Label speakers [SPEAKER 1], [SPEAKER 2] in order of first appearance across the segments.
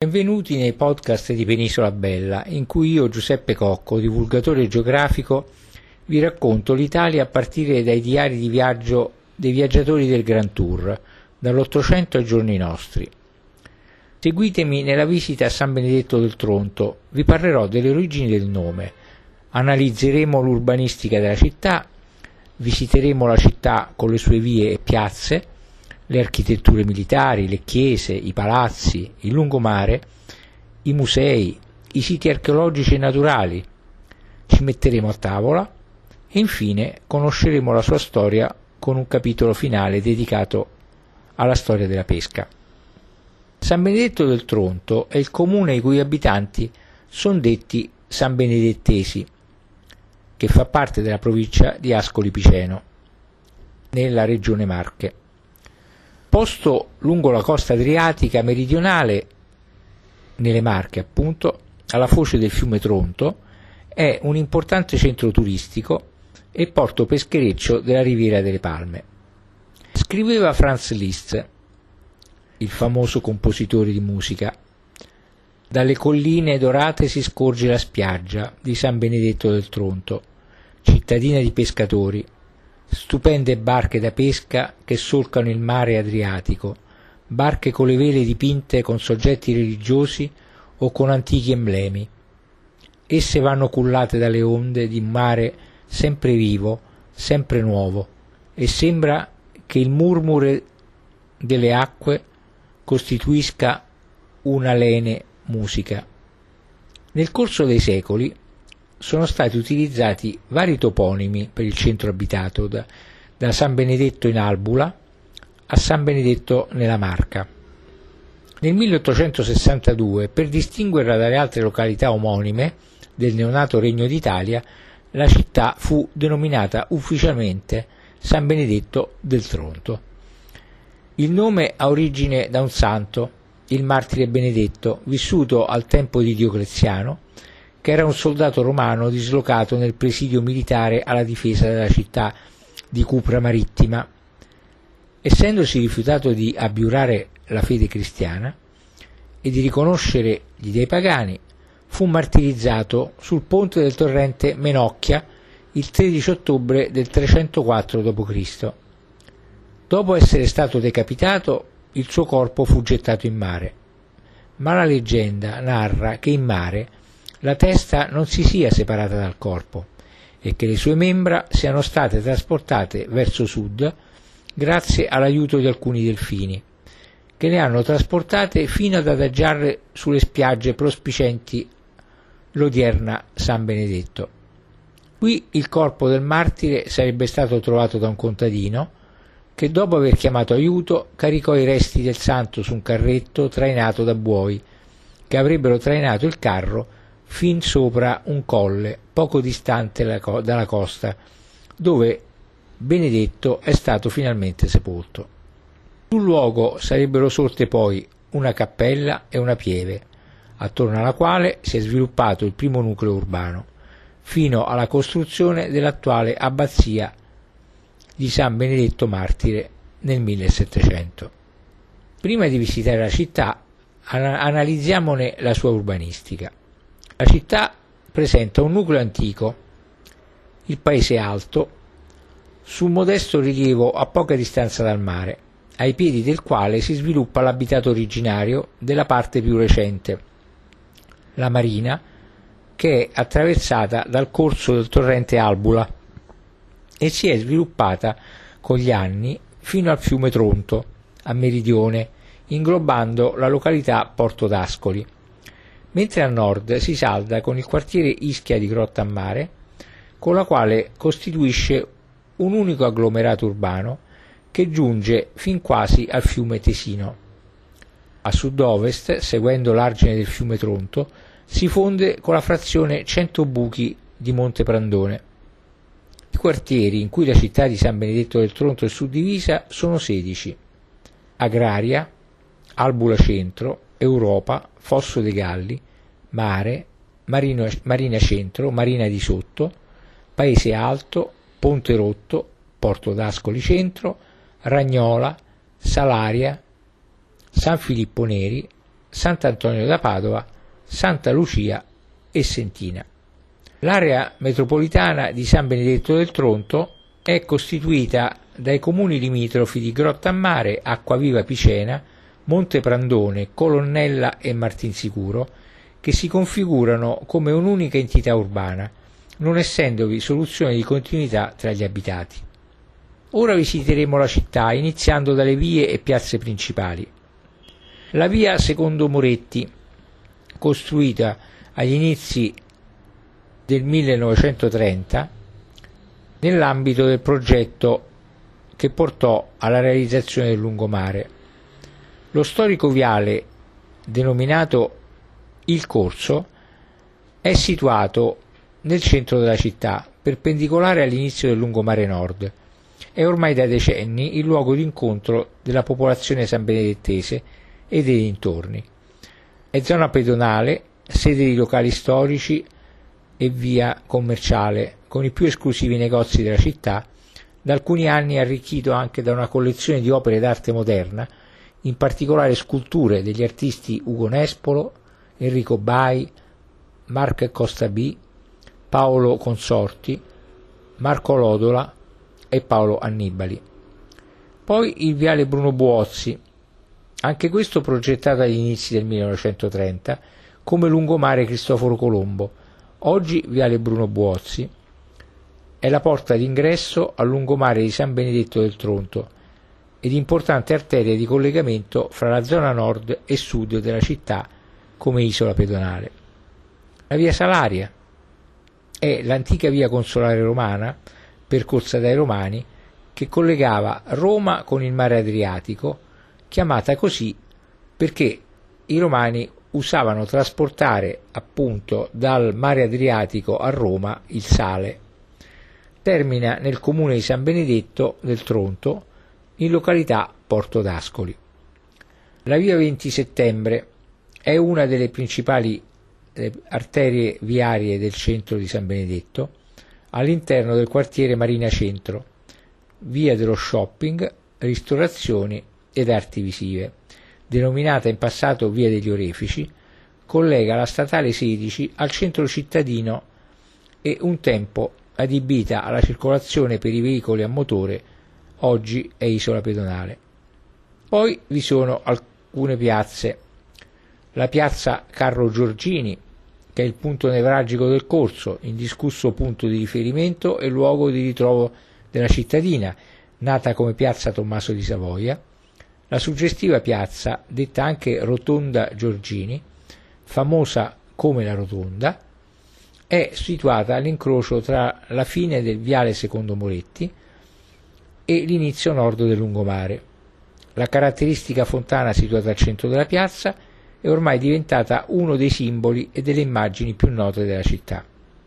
[SPEAKER 1] Benvenuti nei podcast di Penisola Bella, in cui io, Giuseppe Cocco, divulgatore geografico, vi racconto l'Italia a partire dai diari di viaggio dei viaggiatori del Grand Tour, dall'Ottocento ai giorni nostri. Seguitemi nella visita a San Benedetto del Tronto, vi parlerò delle origini del nome, analizzeremo l'urbanistica della città, visiteremo la città con le sue vie e piazze, le architetture militari, le chiese, i palazzi, il lungomare, i musei, i siti archeologici e naturali. Ci metteremo a tavola e infine conosceremo la sua storia con un capitolo finale dedicato alla storia della pesca. San Benedetto del Tronto è il comune i cui abitanti sono detti sanbenedettesi, che fa parte della provincia di Ascoli Piceno, nella regione Marche. Posto lungo la costa adriatica meridionale, nelle Marche appunto, alla foce del fiume Tronto, è un importante centro turistico e porto peschereccio della Riviera delle Palme. Scriveva Franz Liszt, il famoso compositore di musica: dalle colline dorate si scorge la spiaggia di San Benedetto del Tronto, cittadina di pescatori, stupende barche da pesca che solcano il mare Adriatico, barche con le vele dipinte con soggetti religiosi o con antichi emblemi. Esse vanno cullate dalle onde di un mare sempre vivo, sempre nuovo, e sembra che il murmure delle acque costituisca una lene musica. Nel corso dei secoli sono stati utilizzati vari toponimi per il centro abitato, da San Benedetto in Albula a San Benedetto nella Marca. Nel 1862, per distinguerla dalle altre località omonime del neonato Regno d'Italia, la città fu denominata ufficialmente San Benedetto del Tronto. Il nome ha origine da un santo, il martire Benedetto, vissuto al tempo di Diocleziano, che era un soldato romano dislocato nel presidio militare alla difesa della città di Cupra Marittima. Essendosi rifiutato di abiurare la fede cristiana e di riconoscere gli dei pagani, fu martirizzato sul ponte del torrente Menocchia il 13 ottobre del 304 d.C. Dopo essere stato decapitato, il suo corpo fu gettato in mare, ma la leggenda narra che in mare la testa non si sia separata dal corpo e che le sue membra siano state trasportate verso sud grazie all'aiuto di alcuni delfini, che le hanno trasportate fino ad adagiarle sulle spiagge prospicienti l'odierna San Benedetto. Qui il corpo del martire sarebbe stato trovato da un contadino che, dopo aver chiamato aiuto, caricò i resti del santo su un carretto trainato da buoi che avrebbero trainato il carro fin sopra un colle poco distante dalla costa, dove Benedetto è stato finalmente sepolto. Sul luogo sarebbero sorte poi una cappella e una pieve, attorno alla quale si è sviluppato il primo nucleo urbano, fino alla costruzione dell'attuale abbazia di San Benedetto Martire nel 1700. Prima di visitare la città, analizziamone la sua urbanistica. La città presenta un nucleo antico, il paese alto, su un modesto rilievo a poca distanza dal mare, ai piedi del quale si sviluppa l'abitato originario della parte più recente, la marina, che è attraversata dal corso del torrente Albula e si è sviluppata con gli anni fino al fiume Tronto, a meridione, inglobando la località Porto d'Ascoli, mentre a nord si salda con il quartiere Ischia di Grottammare, con la quale costituisce un unico agglomerato urbano che giunge fin quasi al fiume Tesino. A sud-ovest, seguendo l'argine del fiume Tronto, si fonde con la frazione Centobuchi di Monte Prandone. I quartieri in cui la città di San Benedetto del Tronto è suddivisa sono 16: Agraria, Albula Centro, Europa, Fosso dei Galli, Mare, Marina Centro, Marina di Sotto, Paese Alto, Ponte Rotto, Porto d'Ascoli Centro, Ragnola, Salaria, San Filippo Neri, Sant'Antonio da Padova, Santa Lucia e Sentina. L'area metropolitana di San Benedetto del Tronto è costituita dai comuni limitrofi di Grottammare, Acquaviva Picena, Monte Prandone, Colonnella e Martinsicuro, che si configurano come un'unica entità urbana, non essendovi soluzione di continuità tra gli abitati. Ora visiteremo la città, iniziando dalle vie e piazze principali. La via Secondo Moretti, costruita agli inizi del 1930 nell'ambito del progetto che portò alla realizzazione del lungomare. Lo storico viale, denominato Il Corso, è situato nel centro della città, perpendicolare all'inizio del lungomare nord. È ormai da decenni il luogo d'incontro della popolazione sanbenedettese e dei dintorni. È zona pedonale, sede di locali storici e via commerciale con i più esclusivi negozi della città, da alcuni anni arricchito anche da una collezione di opere d'arte moderna, in particolare sculture degli artisti Ugo Nespolo, Enrico Bai, Marc Costa B, Paolo Consorti, Marco Lodola e Paolo Annibali. Poi il viale Bruno Buozzi, anche questo progettato agli inizi del 1930 come lungomare Cristoforo Colombo, oggi viale Bruno Buozzi, è la porta d'ingresso al lungomare di San Benedetto del Tronto ed importante arteria di collegamento fra la zona nord e sud della città come isola pedonale. La via Salaria è l'antica via consolare romana, percorsa dai Romani, che collegava Roma con il mare Adriatico, chiamata così perché i Romani usavano trasportare appunto dal mare Adriatico a Roma il sale. Termina nel comune di San Benedetto del Tronto, in località Porto d'Ascoli. La via 20 settembre è una delle principali arterie viarie del centro di San Benedetto, all'interno del quartiere Marina Centro, via dello shopping, ristorazioni ed arti visive, denominata in passato via degli Orefici, collega la statale 16 al centro cittadino e un tempo adibita alla circolazione per i veicoli a motore, oggi è isola pedonale. Poi vi sono alcune piazze. La piazza Carlo Giorgini, che è il punto nevralgico del corso, indiscusso punto di riferimento e luogo di ritrovo della cittadina, nata come piazza Tommaso di Savoia. La suggestiva piazza, detta anche Rotonda Giorgini, famosa come la Rotonda, è situata all'incrocio tra la fine del viale Secondo Moretti e l'inizio nord del lungomare. La caratteristica fontana situata al centro della piazza è ormai diventata uno dei simboli e delle immagini più note della città.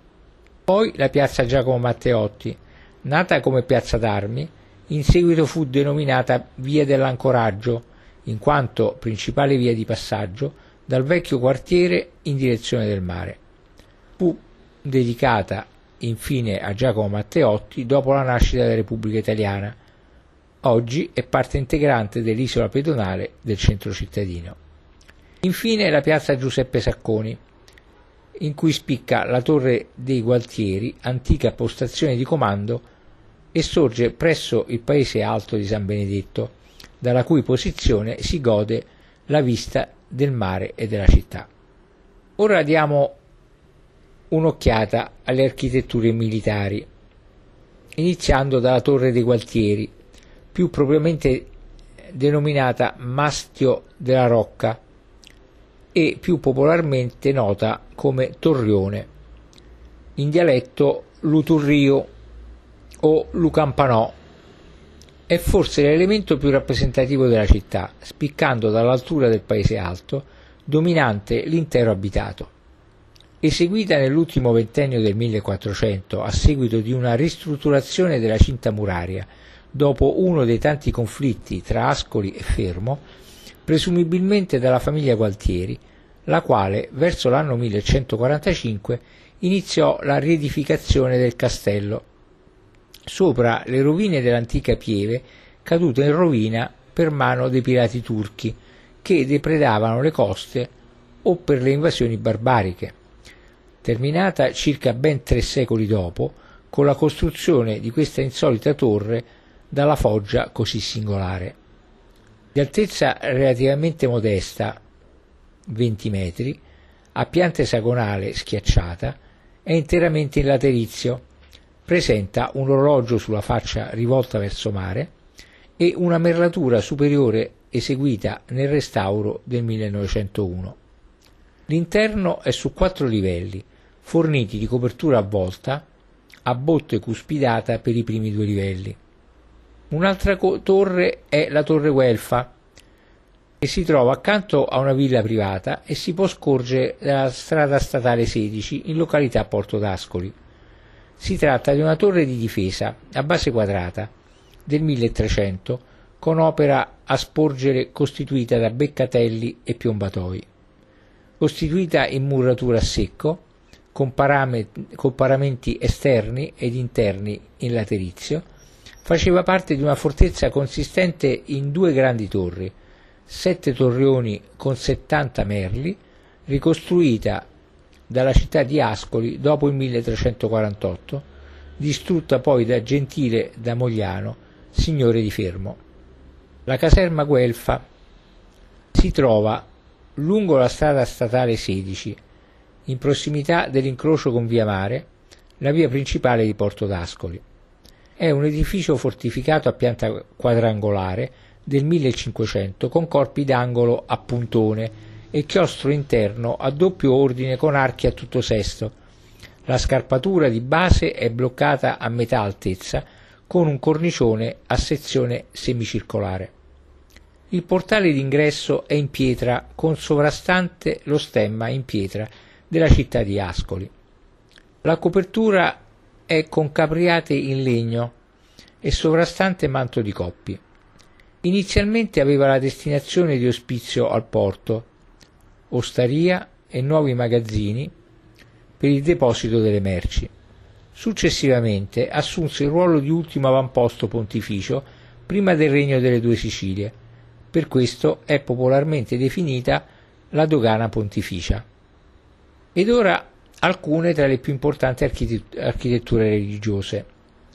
[SPEAKER 1] Poi la piazza Giacomo Matteotti, nata come piazza d'armi, in seguito fu denominata via dell'ancoraggio, in quanto principale via di passaggio dal vecchio quartiere in direzione del mare. Fu dedicata infine a Giacomo Matteotti dopo la nascita della Repubblica Italiana. Oggi è parte integrante dell'isola pedonale del centro cittadino. Infine la piazza Giuseppe Sacconi, in cui spicca la Torre dei Gualtieri, antica postazione di comando, e sorge presso il paese alto di San Benedetto, dalla cui posizione si gode la vista del mare e della città. Ora diamo un'occhiata alle architetture militari, iniziando dalla Torre dei Gualtieri, più propriamente denominata Mastio della Rocca e più popolarmente nota come Torrione, in dialetto Luturrio o Lucampanò. È forse l'elemento più rappresentativo della città, spiccando dall'altura del paese alto, dominante l'intero abitato. Eseguita nell'ultimo ventennio del 1400 a seguito di una ristrutturazione della cinta muraria, dopo uno dei tanti conflitti tra Ascoli e Fermo, presumibilmente dalla famiglia Gualtieri, la quale verso l'anno 1145 iniziò la riedificazione del castello, sopra le rovine dell'antica pieve caduta in rovina per mano dei pirati turchi, che depredavano le coste o per le invasioni barbariche, terminata circa ben 3 secoli dopo con la costruzione di questa insolita torre dalla foggia così singolare. Di altezza relativamente modesta, 20 metri, a pianta esagonale schiacciata, è interamente in laterizio, presenta un orologio sulla faccia rivolta verso mare e una merlatura superiore eseguita nel restauro del 1901. L'interno è su 4 livelli, forniti di copertura a volta, a botte cuspidata per i primi 2 livelli. Un'altra torre è la torre Guelfa, che si trova accanto a una villa privata e si può scorgere dalla strada statale 16 in località Porto d'Ascoli. Si tratta di una torre di difesa a base quadrata del 1300 con opera a sporgere costituita da beccatelli e piombatoi. Costituita in muratura a secco, con paramenti esterni ed interni in laterizio, faceva parte di una fortezza consistente in 2 grandi torri, 7 torrioni con 70 merli, ricostruita dalla città di Ascoli dopo il 1348, distrutta poi da Gentile da Mogliano, signore di Fermo. La caserma Guelfa si trova lungo la strada statale 16, in prossimità dell'incrocio con via Mare, la via principale di Porto d'Ascoli. È un edificio fortificato a pianta quadrangolare del 1500 con corpi d'angolo a puntone e chiostro interno a doppio ordine con archi a tutto sesto. La scarpatura di base è bloccata a metà altezza con un cornicione a sezione semicircolare. Il portale d'ingresso è in pietra con sovrastante lo stemma in pietra della città di Ascoli. La copertura è con capriate in legno e sovrastante manto di coppi. Inizialmente aveva la destinazione di ospizio al porto, osteria e nuovi magazzini per il deposito delle merci. Successivamente assunse il ruolo di ultimo avamposto pontificio prima del regno delle 2 Sicilie. Per questo è popolarmente definita la dogana pontificia. Ed ora alcune tra le più importanti architetture religiose,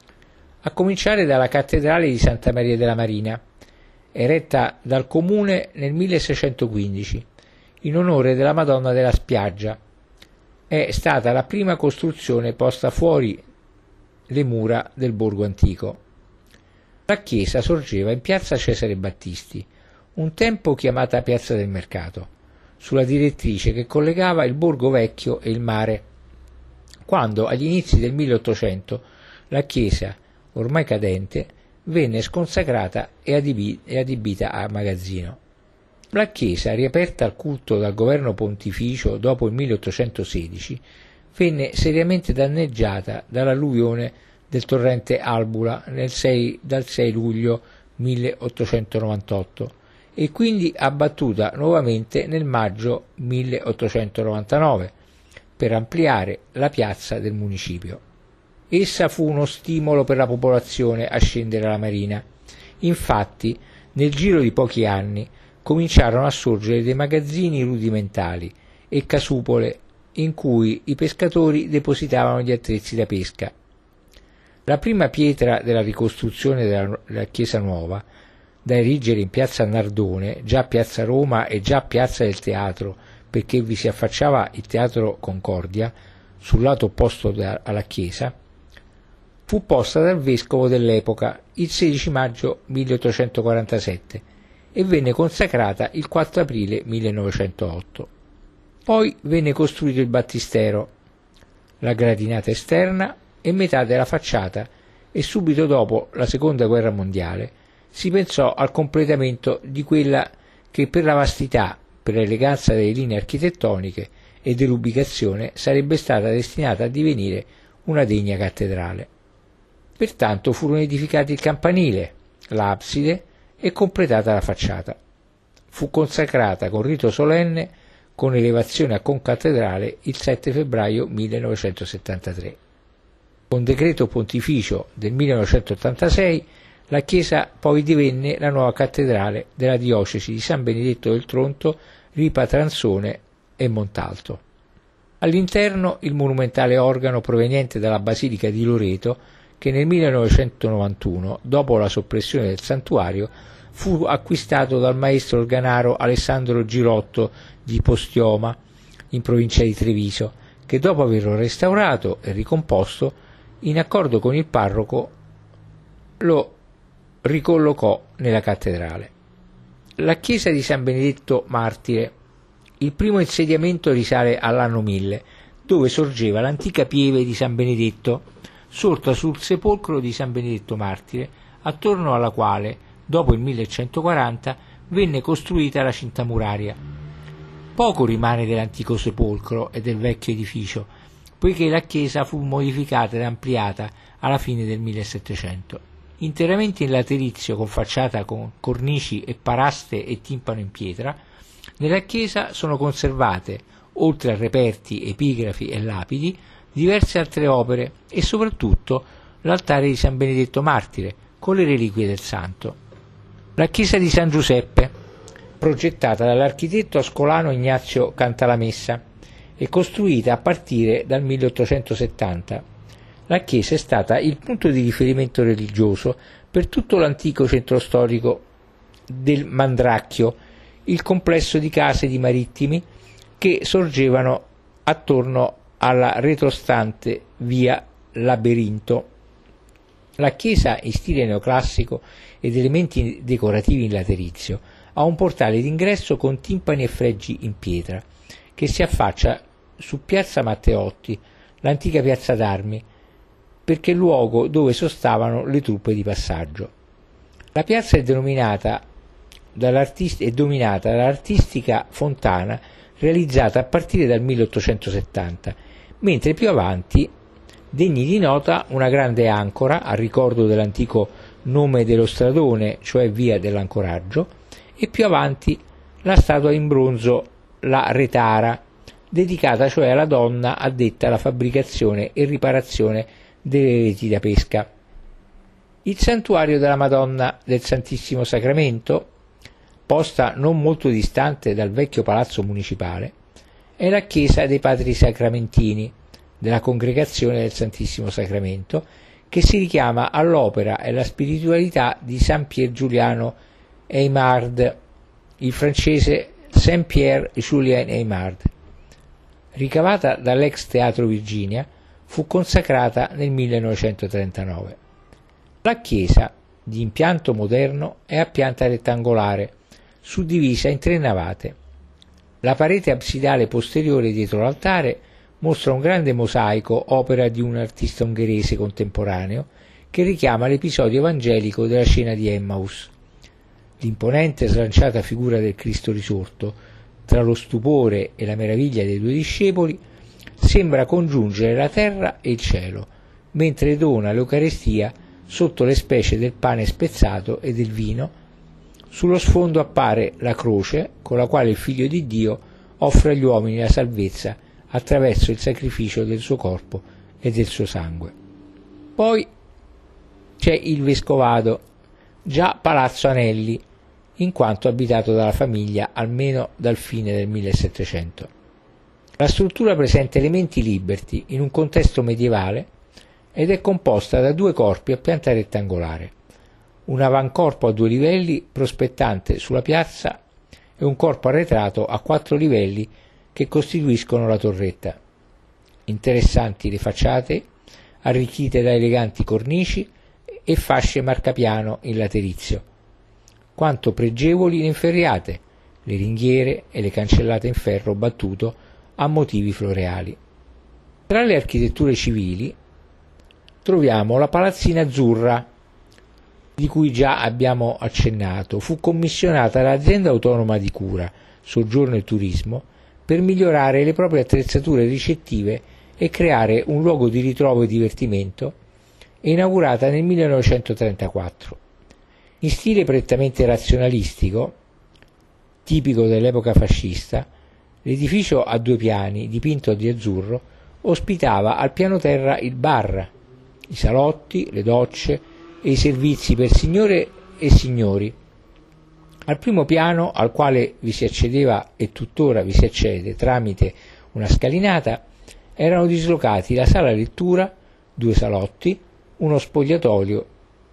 [SPEAKER 1] a cominciare dalla cattedrale di Santa Maria della Marina, eretta dal comune nel 1615 in onore della Madonna della Spiaggia. È stata la prima costruzione posta fuori le mura del borgo antico. La chiesa sorgeva in piazza Cesare Battisti, un tempo chiamata Piazza del Mercato, sulla direttrice che collegava il borgo vecchio e il mare, quando agli inizi del 1800 la chiesa, ormai cadente, venne sconsacrata e adibita a magazzino. La chiesa, riaperta al culto dal governo pontificio dopo il 1816, venne seriamente danneggiata dall'alluvione del torrente Albula dal 6 luglio 1898 e quindi abbattuta nuovamente nel maggio 1899 per ampliare la piazza del municipio. Essa fu uno stimolo per la popolazione a scendere alla marina. Infatti, nel giro di pochi anni cominciarono a sorgere dei magazzini rudimentali e casupole in cui i pescatori depositavano gli attrezzi da pesca. La prima pietra della ricostruzione della chiesa nuova, da erigere in piazza Nardone, già piazza Roma e già piazza del Teatro, perché vi si affacciava il Teatro Concordia sul lato opposto alla chiesa, fu posta dal vescovo dell'epoca il 16 maggio 1847 e venne consacrata il 4 aprile 1908. Poi venne costruito il battistero, la gradinata esterna e metà della facciata e subito dopo la Seconda Guerra Mondiale si pensò al completamento di quella che per la vastità, per l'eleganza delle linee architettoniche e dell'ubicazione sarebbe stata destinata a divenire una degna cattedrale. Pertanto furono edificati il campanile, l'abside e completata la facciata. Fu consacrata con rito solenne con elevazione a concattedrale il 7 febbraio 1973. Con decreto pontificio del 1986 La chiesa poi divenne la nuova cattedrale della diocesi di San Benedetto del Tronto, Ripa Transone e Montalto. All'interno il monumentale organo proveniente dalla Basilica di Loreto, che nel 1991, dopo la soppressione del santuario, fu acquistato dal maestro organaro Alessandro Girotto di Postioma, in provincia di Treviso, che dopo averlo restaurato e ricomposto, in accordo con il parroco, lo ricollocò nella cattedrale. La chiesa di San Benedetto Martire. Il primo insediamento risale all'anno 1000, dove sorgeva l'antica pieve di San Benedetto, sorta sul sepolcro di San Benedetto Martire, attorno alla quale, dopo il 1140, venne costruita la cinta muraria. Poco rimane dell'antico sepolcro e del vecchio edificio, poiché la chiesa fu modificata ed ampliata alla fine del 1700. Interamente in laterizio, con facciata con cornici e paraste e timpano in pietra, nella chiesa sono conservate, oltre a reperti, epigrafi e lapidi, diverse altre opere e soprattutto l'altare di San Benedetto Martire con le reliquie del santo. La chiesa di San Giuseppe, progettata dall'architetto ascolano Ignazio Cantalamessa e costruita a partire dal 1870. La chiesa è stata il punto di riferimento religioso per tutto l'antico centro storico del Mandracchio, il complesso di case di marittimi che sorgevano attorno alla retrostante via Laberinto. La chiesa, in stile neoclassico ed elementi decorativi in laterizio, ha un portale d'ingresso con timpani e fregi in pietra che si affaccia su piazza Matteotti, l'antica piazza d'armi, perché è il luogo dove sostavano le truppe di passaggio. La piazza è dominata dall'artistica fontana realizzata a partire dal 1870, mentre più avanti, degni di nota, una grande ancora a ricordo dell'antico nome dello stradone, cioè via dell'ancoraggio, e più avanti la statua in bronzo, la Retara, dedicata cioè alla donna addetta alla fabbricazione e riparazione delle reti da pesca. Il santuario della Madonna del Santissimo Sacramento, posta non molto distante dal vecchio palazzo municipale, è la chiesa dei Padri Sacramentini, della Congregazione del Santissimo Sacramento, che si richiama all'opera e alla spiritualità di San Pier Giuliano Eymard, il francese Saint Pierre Julien Eymard. Ricavata dall'ex Teatro Virginia, fu consacrata nel 1939. La chiesa, di impianto moderno, è a pianta rettangolare, suddivisa in 3 navate. La parete absidale posteriore dietro l'altare mostra un grande mosaico, opera di un artista ungherese contemporaneo, che richiama l'episodio evangelico della cena di Emmaus. L'imponente e slanciata figura del Cristo risorto, tra lo stupore e la meraviglia dei 2 discepoli, sembra congiungere la terra e il cielo, mentre dona l'Eucarestia sotto le specie del pane spezzato e del vino. Sullo sfondo appare la croce con la quale il Figlio di Dio offre agli uomini la salvezza attraverso il sacrificio del suo corpo e del suo sangue. Poi c'è il Vescovado, già Palazzo Anelli, in quanto abitato dalla famiglia almeno dal fine del 1700. La struttura presenta elementi liberty in un contesto medievale ed è composta da 2 corpi a pianta rettangolare, un avancorpo a 2 livelli prospettante sulla piazza e un corpo arretrato a 4 livelli che costituiscono la torretta. Interessanti le facciate, arricchite da eleganti cornici e fasce marcapiano in laterizio, quanto pregevoli le inferriate, le ringhiere e le cancellate in ferro battuto a motivi floreali. Tra le architetture civili troviamo la palazzina azzurra, di cui già abbiamo accennato. Fu commissionata dall'azienda autonoma di cura, soggiorno e turismo, per migliorare le proprie attrezzature ricettive e creare un luogo di ritrovo e divertimento, e inaugurata nel 1934. In stile prettamente razionalistico, tipico dell'epoca fascista, l'edificio a 2 piani, dipinto di azzurro, ospitava al piano terra il bar, i salotti, le docce, e i servizi per signore e signori. Al primo piano, al quale vi si accedeva e tuttora vi si accede tramite una scalinata, erano dislocati la sala lettura, 2 salotti, uno spogliatoio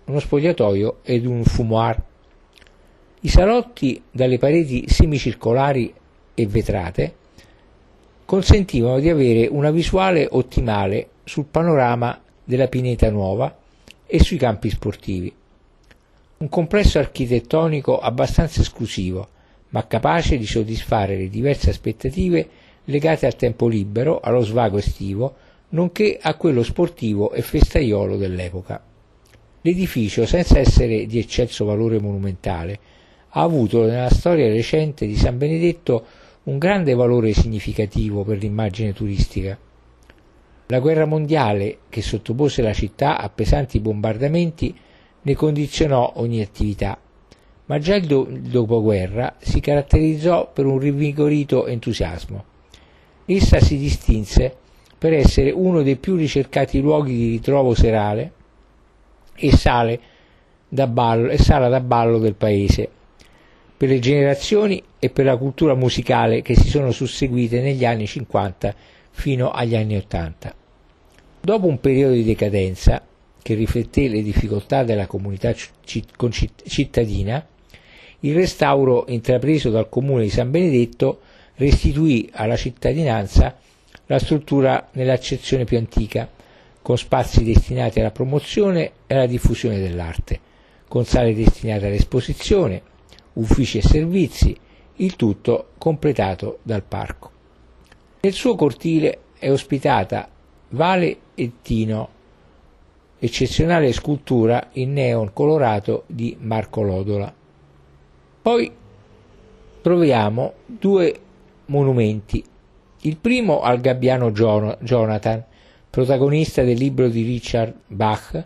[SPEAKER 1] ed un fumoir. I salotti, dalle pareti semicircolari e vetrate, consentivano di avere una visuale ottimale sul panorama della Pineta Nuova e sui campi sportivi. Un complesso architettonico abbastanza esclusivo, ma capace di soddisfare le diverse aspettative legate al tempo libero, allo svago estivo, nonché a quello sportivo e festaiolo dell'epoca. L'edificio, senza essere di eccelso valore monumentale, ha avuto nella storia recente di San Benedetto un grande valore significativo per l'immagine turistica. La guerra mondiale, che sottopose la città a pesanti bombardamenti, ne condizionò ogni attività, ma già il dopoguerra si caratterizzò per un rinvigorito entusiasmo. Essa si distinse per essere uno dei più ricercati luoghi di ritrovo serale e sala da ballo del paese, per le generazioni e per la cultura musicale che si sono susseguite negli anni 50 fino agli anni 80. Dopo un periodo di decadenza che rifletté le difficoltà della comunità cittadina, il restauro intrapreso dal comune di San Benedetto restituì alla cittadinanza la struttura nell'accezione più antica, con spazi destinati alla promozione e alla diffusione dell'arte, con sale destinate all'esposizione, uffici e servizi, il tutto completato dal parco. Nel suo cortile è ospitata Vale e Tino, eccezionale scultura in neon colorato di Marco Lodola. Poi troviamo 2 monumenti. Il primo al gabbiano Jonathan, protagonista del libro di Richard Bach,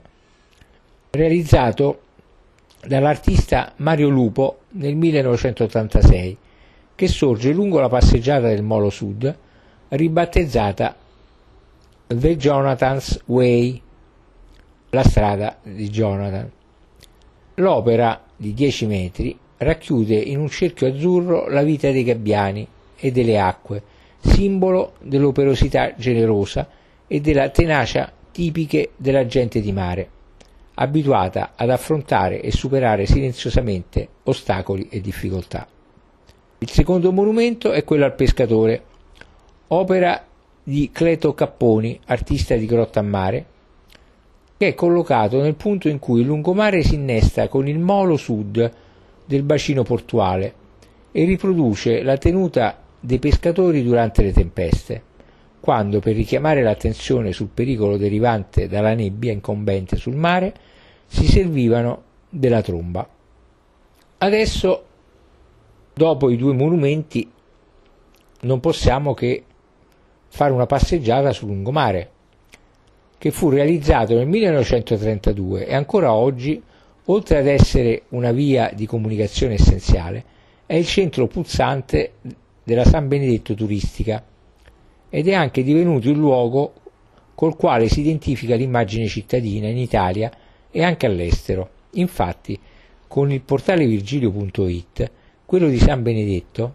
[SPEAKER 1] realizzato dall'artista Mario Lupo nel 1986, che sorge lungo la passeggiata del Molo Sud, ribattezzata The Jonathan's Way, la strada di Jonathan. L'opera, di 10 metri, racchiude in un cerchio azzurro la vita dei gabbiani e delle acque, simbolo dell'operosità generosa e della tenacia tipiche della gente di mare, abituata ad affrontare e superare silenziosamente ostacoli e difficoltà. Il secondo monumento è quello al pescatore, opera di Cleto Capponi, artista di Grottammare, che è collocato nel punto in cui il lungomare si innesta con il molo sud del bacino portuale e riproduce la tenuta dei pescatori durante le tempeste, quando, per richiamare l'attenzione sul pericolo derivante dalla nebbia incombente sul mare, si servivano della tromba. Adesso, dopo i 2 monumenti, non possiamo che fare una passeggiata sul lungomare, che fu realizzato nel 1932 e ancora oggi, oltre ad essere una via di comunicazione essenziale, è il centro pulsante della San Benedetto turistica ed è anche divenuto il luogo col quale si identifica l'immagine cittadina in Italia e anche all'estero. Infatti, con il portale virgilio.it, quello di San Benedetto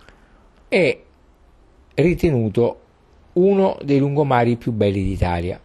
[SPEAKER 1] è ritenuto uno dei lungomari più belli d'Italia.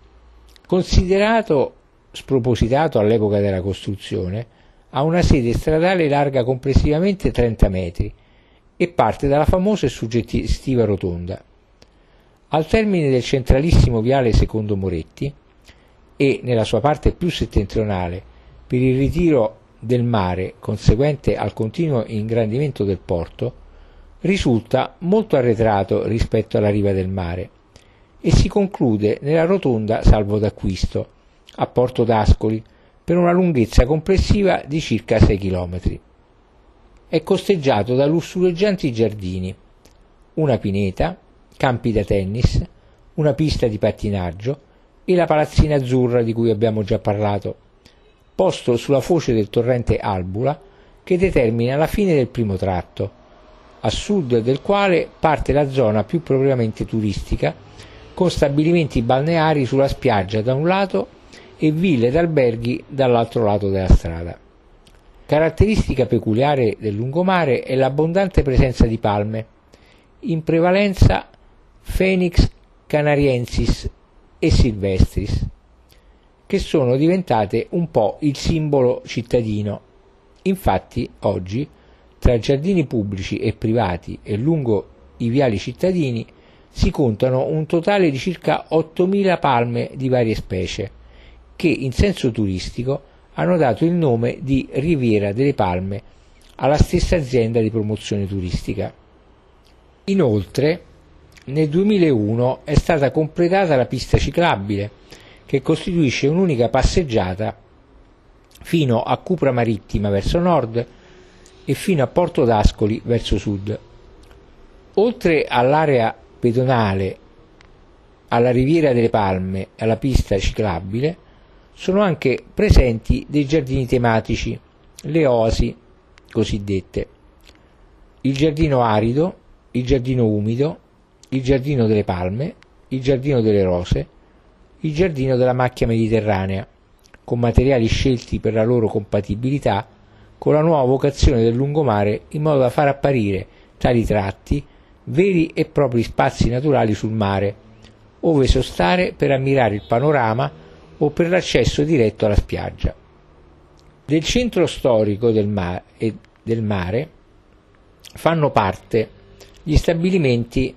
[SPEAKER 1] Considerato spropositato all'epoca della costruzione, ha una sede stradale larga complessivamente 30 metri e parte dalla famosa e suggestiva rotonda. Al termine del centralissimo viale Secondo Moretti e nella sua parte più settentrionale, per il ritiro del mare conseguente al continuo ingrandimento del porto, risulta molto arretrato rispetto alla riva del mare e si conclude nella rotonda Salvo d'Acquisto, a Porto d'Ascoli, per una lunghezza complessiva di circa 6 km. È costeggiato da lussureggianti giardini, una pineta, campi da tennis, una pista di pattinaggio e la palazzina azzurra di cui abbiamo già parlato, posto sulla foce del torrente Albula che determina la fine del primo tratto, a sud del quale parte la zona più propriamente turistica, con stabilimenti balneari sulla spiaggia da un lato e ville ed alberghi dall'altro lato della strada. Caratteristica peculiare del lungomare è l'abbondante presenza di palme, in prevalenza Phoenix canariensis e silvestris, che sono diventate un po' il simbolo cittadino. Infatti oggi, tra giardini pubblici e privati e lungo i viali cittadini, si contano un totale di circa 8.000 palme di varie specie, che in senso turistico hanno dato il nome di Riviera delle Palme alla stessa azienda di promozione turistica. Inoltre, nel 2001 è stata completata la pista ciclabile, che costituisce un'unica passeggiata fino a Cupra Marittima verso nord e fino a Porto d'Ascoli verso sud. Oltre all'area pedonale, alla Riviera delle Palme e alla pista ciclabile, sono anche presenti dei giardini tematici, le oasi cosiddette, il giardino arido, il giardino umido, il giardino delle palme, il giardino delle rose, il giardino della macchia mediterranea, con materiali scelti per la loro compatibilità con la nuova vocazione del lungomare, in modo da far apparire tali tratti veri e propri spazi naturali sul mare, ove sostare per ammirare il panorama o per l'accesso diretto alla spiaggia. Del centro storico del mare fanno parte gli stabilimenti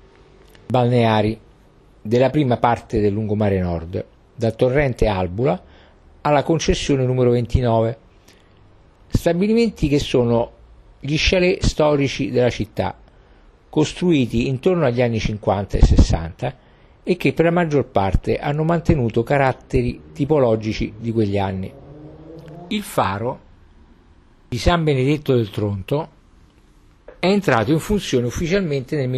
[SPEAKER 1] balneari della prima parte del lungomare nord, dal torrente Albula alla concessione numero 29, stabilimenti che sono gli chalet storici della città, costruiti intorno agli anni 50 e 60 e che per la maggior parte hanno mantenuto caratteri tipologici di quegli anni. Il faro di San Benedetto del Tronto è entrato in funzione ufficialmente nel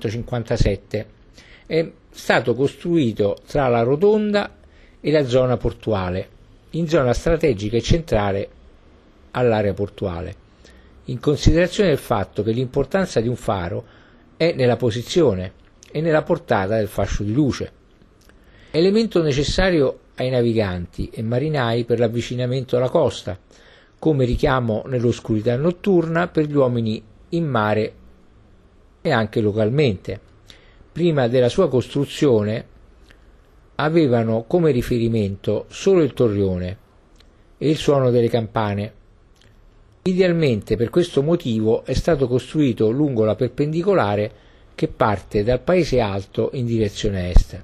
[SPEAKER 1] 1957. È stato costruito tra la rotonda e la zona portuale, in zona strategica e centrale all'area portuale, in considerazione del fatto che l'importanza di un faro è nella posizione e nella portata del fascio di luce, elemento necessario ai naviganti e marinai per l'avvicinamento alla costa, come richiamo nell'oscurità notturna per gli uomini in mare e anche localmente. Prima della sua costruzione avevano come riferimento solo il torrione e il suono delle campane. Idealmente per questo motivo è stato costruito lungo la perpendicolare che parte dal Paese Alto in direzione est.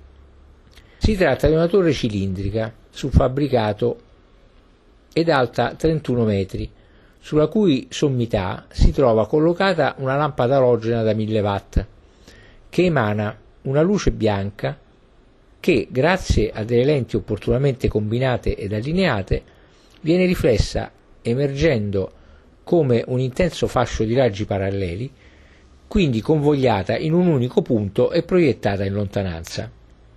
[SPEAKER 1] Si tratta di una torre cilindrica su fabbricato ed alta 31 metri, sulla cui sommità si trova collocata una lampada alogena da 1000 watt, che emana una luce bianca che, grazie a delle lenti opportunamente combinate ed allineate, viene riflessa emergendo come un intenso fascio di raggi paralleli, quindi convogliata in un unico punto e proiettata in lontananza.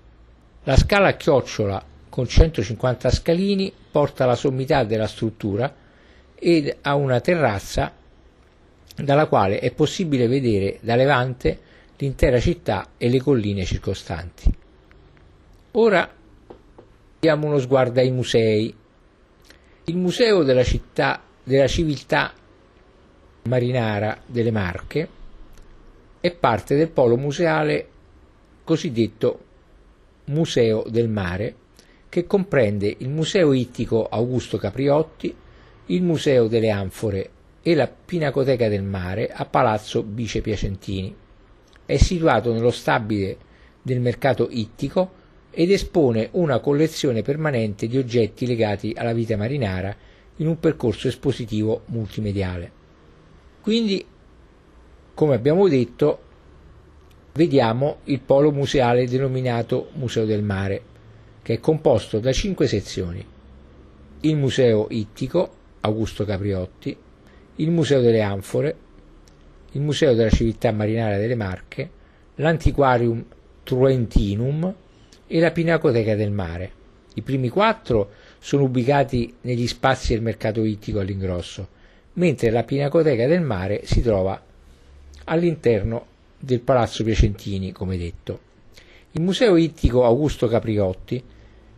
[SPEAKER 1] La scala a chiocciola con 150 scalini porta alla sommità della struttura ed a una terrazza dalla quale è possibile vedere da levante l'intera città e le colline circostanti. Ora diamo uno sguardo ai musei. Il Museo della Civiltà Marinara delle Marche è parte del polo museale cosiddetto Museo del Mare, che comprende il Museo Ittico Augusto Capriotti, il Museo delle Anfore e la Pinacoteca del Mare a Palazzo Bice Piacentini. È situato nello stabile del mercato ittico ed espone una collezione permanente di oggetti legati alla vita marinara in un percorso espositivo multimediale. Quindi, come abbiamo detto, vediamo il polo museale denominato Museo del Mare, che è composto da 5 sezioni: il Museo Ittico Augusto Capriotti, il Museo delle Anfore, il Museo della Civiltà Marinara delle Marche, l'Antiquarium Truentinum e la Pinacoteca del Mare. I primi 4 sono ubicati negli spazi del mercato ittico all'ingrosso, mentre la Pinacoteca del Mare si trova all'interno del Palazzo Piacentini, come detto. Il Museo Ittico Augusto Capriotti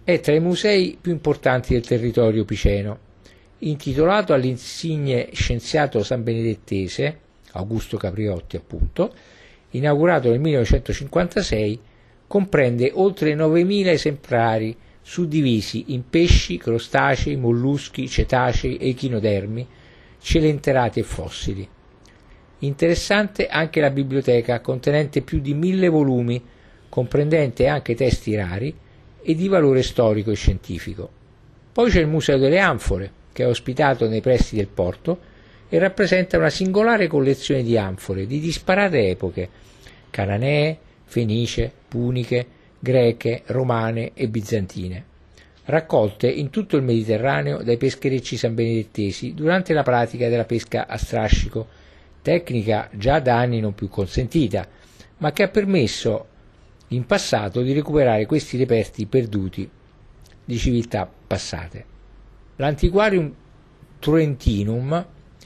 [SPEAKER 1] È tra i musei più importanti del territorio piceno. Intitolato all'insigne scienziato sanbenedettese, Augusto Capriotti appunto, inaugurato nel 1956, comprende oltre 9.000 esemplari suddivisi in pesci, crostacei, molluschi, cetacei, echinodermi, celenterati e fossili. Interessante anche la biblioteca, contenente più di 1.000 volumi, comprendente anche testi rari e di valore storico e scientifico. Poi c'è il Museo delle Anfore, che è ospitato nei pressi del porto e rappresenta una singolare collezione di anfore di disparate epoche: cananee, fenicie, puniche, greche, romane e bizantine, raccolte in tutto il Mediterraneo dai pescherecci sanbenedettesi durante la pratica della pesca a strascico, tecnica già da anni non più consentita, ma che ha permesso in passato di recuperare questi reperti perduti di civiltà passate. L'Antiquarium Troentinum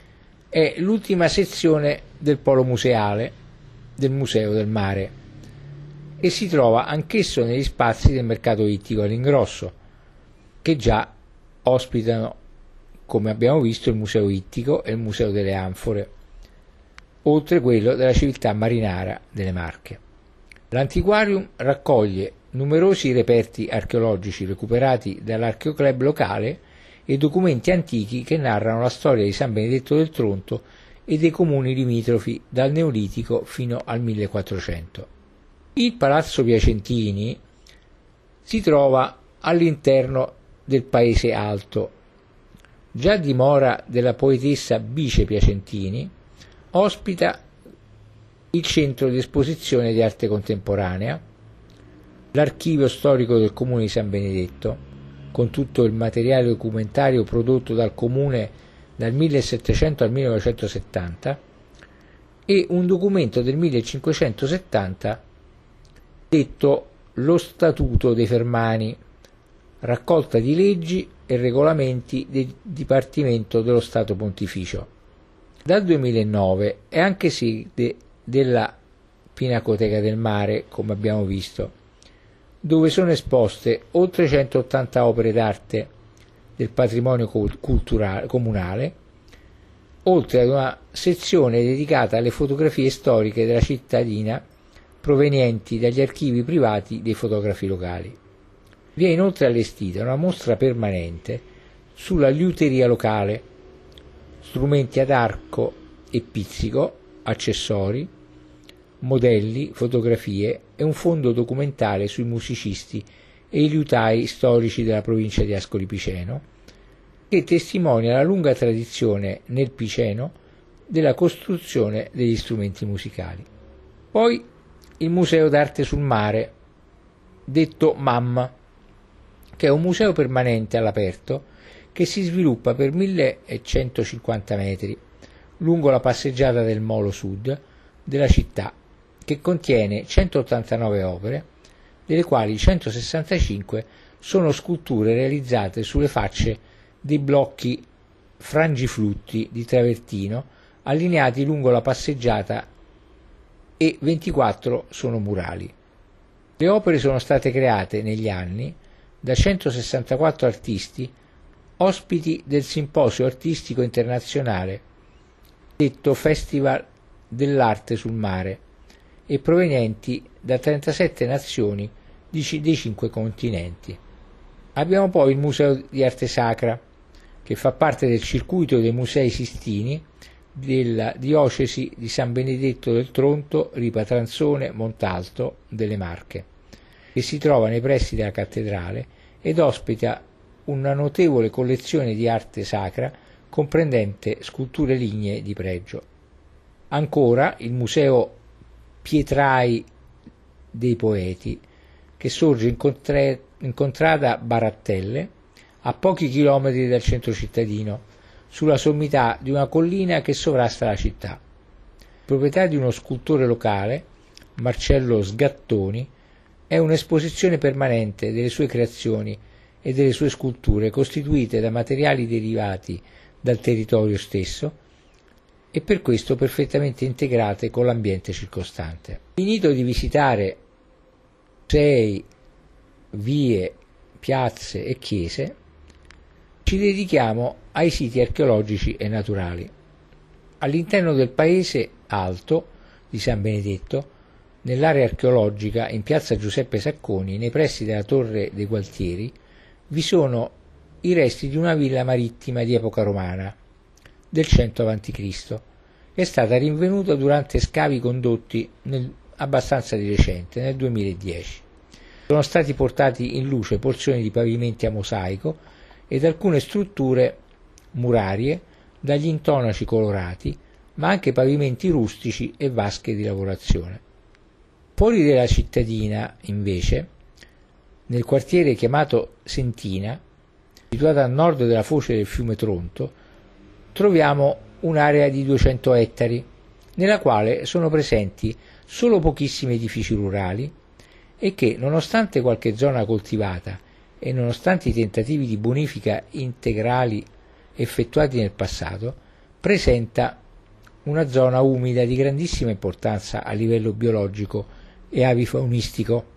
[SPEAKER 1] è l'ultima sezione del polo museale del Museo del Mare e si trova anch'esso negli spazi del mercato ittico all'ingrosso, che già ospitano, come abbiamo visto, il Museo Ittico e il Museo delle Anfore, oltre quello della civiltà marinara delle Marche. L'Antiquarium raccoglie numerosi reperti archeologici recuperati dall'Archeoclub locale e documenti antichi che narrano la storia di San Benedetto del Tronto e dei comuni limitrofi dal Neolitico fino al 1400. Il Palazzo Piacentini si trova all'interno del Paese Alto. Già dimora della poetessa Bice Piacentini, ospita il centro di esposizione di arte contemporanea, l'archivio storico del comune di San Benedetto, con tutto il materiale documentario prodotto dal comune dal 1700 al 1970, e un documento del 1570 detto lo Statuto dei Fermani, raccolta di leggi e regolamenti del Dipartimento dello Stato Pontificio. Dal 2009 è anche sede della Pinacoteca del Mare, come abbiamo visto, dove sono esposte oltre 180 opere d'arte del patrimonio culturale comunale, oltre ad una sezione dedicata alle fotografie storiche della cittadina provenienti dagli archivi privati dei fotografi locali. Vi è inoltre allestita una mostra permanente sulla liuteria locale, strumenti ad arco e pizzico, accessori, modelli, fotografie e un fondo documentale sui musicisti e i liutai storici della provincia di Ascoli Piceno, che testimonia la lunga tradizione nel Piceno della costruzione degli strumenti musicali. Poi il Museo d'Arte sul Mare, detto MAM, che è un museo permanente all'aperto che si sviluppa per 1150 metri lungo la passeggiata del Molo Sud della città, che contiene 189 opere, delle quali 165 sono sculture realizzate sulle facce dei blocchi frangiflutti di travertino allineati lungo la passeggiata e 24 sono murali. Le opere sono state create negli anni da 164 artisti ospiti del Simposio Artistico Internazionale detto Festival dell'Arte sul Mare e provenienti da 37 nazioni dei 5 continenti. Abbiamo poi il Museo di Arte Sacra, che fa parte del circuito dei musei sistini della diocesi di San Benedetto del Tronto, Ripa Transone, Montalto delle Marche, che si trova nei pressi della cattedrale ed ospita una notevole collezione di arte sacra comprendente sculture lignee di pregio. Ancora il Museo Pietrai dei Poeti, che sorge in contrada Barattelle, a pochi chilometri dal centro cittadino, sulla sommità di una collina che sovrasta la città. Proprietà di uno scultore locale, Marcello Sgattoni, è un'esposizione permanente delle sue creazioni e delle sue sculture costituite da materiali derivati dal territorio stesso e per questo perfettamente integrate con l'ambiente circostante. Finito di visitare 6 vie piazze e chiese, ci dedichiamo ai siti archeologici e naturali. All'interno del paese alto di San Benedetto, nell'area archeologica in piazza Giuseppe Sacconi, nei pressi della Torre dei Gualtieri, vi sono i resti di una villa marittima di epoca romana del 100 a.C., che è stata rinvenuta durante scavi condotti abbastanza di recente, nel 2010. Sono stati portati in luce porzioni di pavimenti a mosaico ed alcune strutture murarie dagli intonaci colorati, ma anche pavimenti rustici e vasche di lavorazione. Fuori della cittadina, invece, nel quartiere chiamato Sentina, situata a nord della foce del fiume Tronto, troviamo un'area di 200 ettari, nella quale sono presenti solo pochissimi edifici rurali e che, nonostante qualche zona coltivata e nonostante i tentativi di bonifica integrali effettuati nel passato, presenta una zona umida di grandissima importanza a livello biologico e avifaunistico.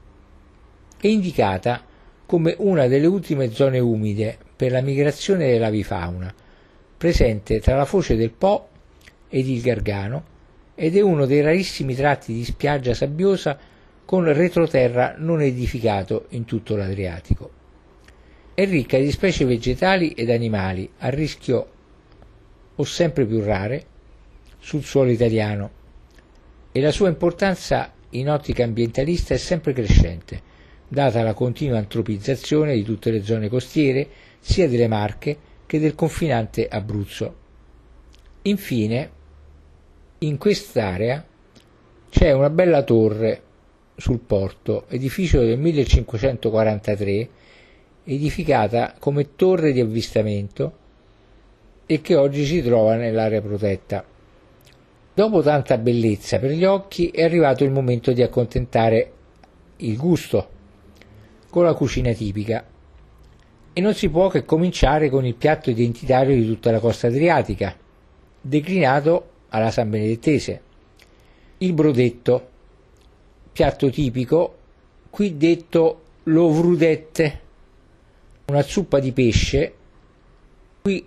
[SPEAKER 1] È indicata come una delle ultime zone umide per la migrazione dell'avifauna, presente tra la foce del Po ed il Gargano, ed è uno dei rarissimi tratti di spiaggia sabbiosa con retroterra non edificato in tutto l'Adriatico. È ricca di specie vegetali ed animali a rischio o sempre più rare sul suolo italiano, e la sua importanza in ottica ambientalista è sempre crescente, data la continua antropizzazione di tutte le zone costiere, sia delle Marche che del confinante Abruzzo. Infine, in quest'area c'è una bella torre sul porto, edificio del 1543, edificata come torre di avvistamento e che oggi si trova nell'area protetta. Dopo tanta bellezza per gli occhi è arrivato il momento di accontentare il gusto con la cucina tipica, e non si può che cominciare con il piatto identitario di tutta la costa adriatica, declinato alla sanbenedettese, il brodetto, piatto tipico qui detto l'ovrudette, una zuppa di pesce qui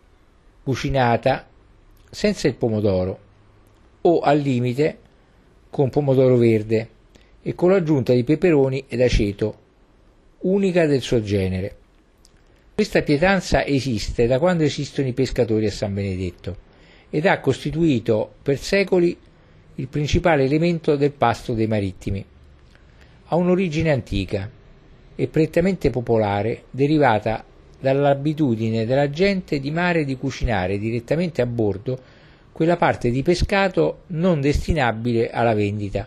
[SPEAKER 1] cucinata senza il pomodoro o al limite con pomodoro verde e con l'aggiunta di peperoni ed aceto, unica del suo genere. Questa pietanza esiste da quando esistono i pescatori a San Benedetto ed ha costituito per secoli il principale elemento del pasto dei marittimi. Ha un'origine antica e prettamente popolare, derivata dall'abitudine della gente di mare di cucinare direttamente a bordo quella parte di pescato non destinabile alla vendita,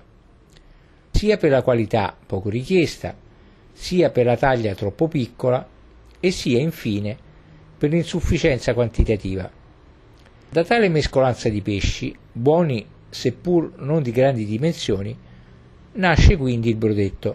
[SPEAKER 1] sia per la qualità poco richiesta, sia per la taglia troppo piccola e sia infine per l'insufficienza quantitativa. Da tale mescolanza di pesci, buoni seppur non di grandi dimensioni, nasce quindi il brodetto.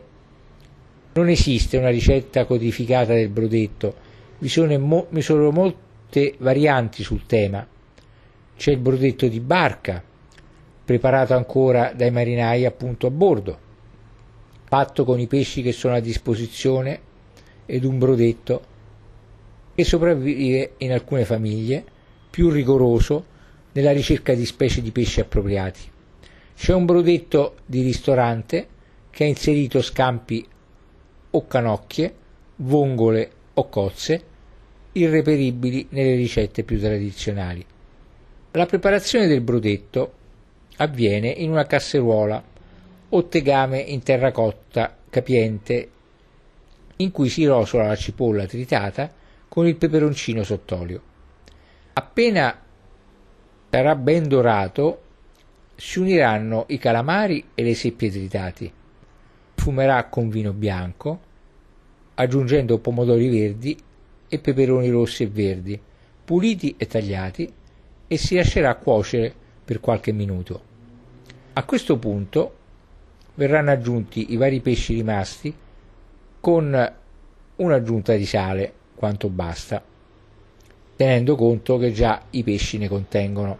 [SPEAKER 1] Non esiste una ricetta codificata del brodetto, vi sono molte varianti sul tema. C'è il brodetto di barca, preparato ancora dai marinai appunto a bordo, fatto con i pesci che sono a disposizione, ed un brodetto che sopravvive in alcune famiglie, più rigoroso nella ricerca di specie di pesci appropriati. C'è un brodetto di ristorante che ha inserito scampi o canocchie, vongole o cozze, irreperibili nelle ricette più tradizionali. La preparazione del brodetto avviene in una casseruola o tegame in terracotta capiente in cui si rosola la cipolla tritata con il peperoncino sott'olio. Appena sarà ben dorato si uniranno i calamari e le seppie tritati. Fumerà con vino bianco, aggiungendo pomodori verdi e peperoni rossi e verdi, puliti e tagliati, e si lascerà cuocere per qualche minuto. A questo punto verranno aggiunti i vari pesci rimasti con un'aggiunta di sale quanto basta, tenendo conto che già i pesci ne contengono,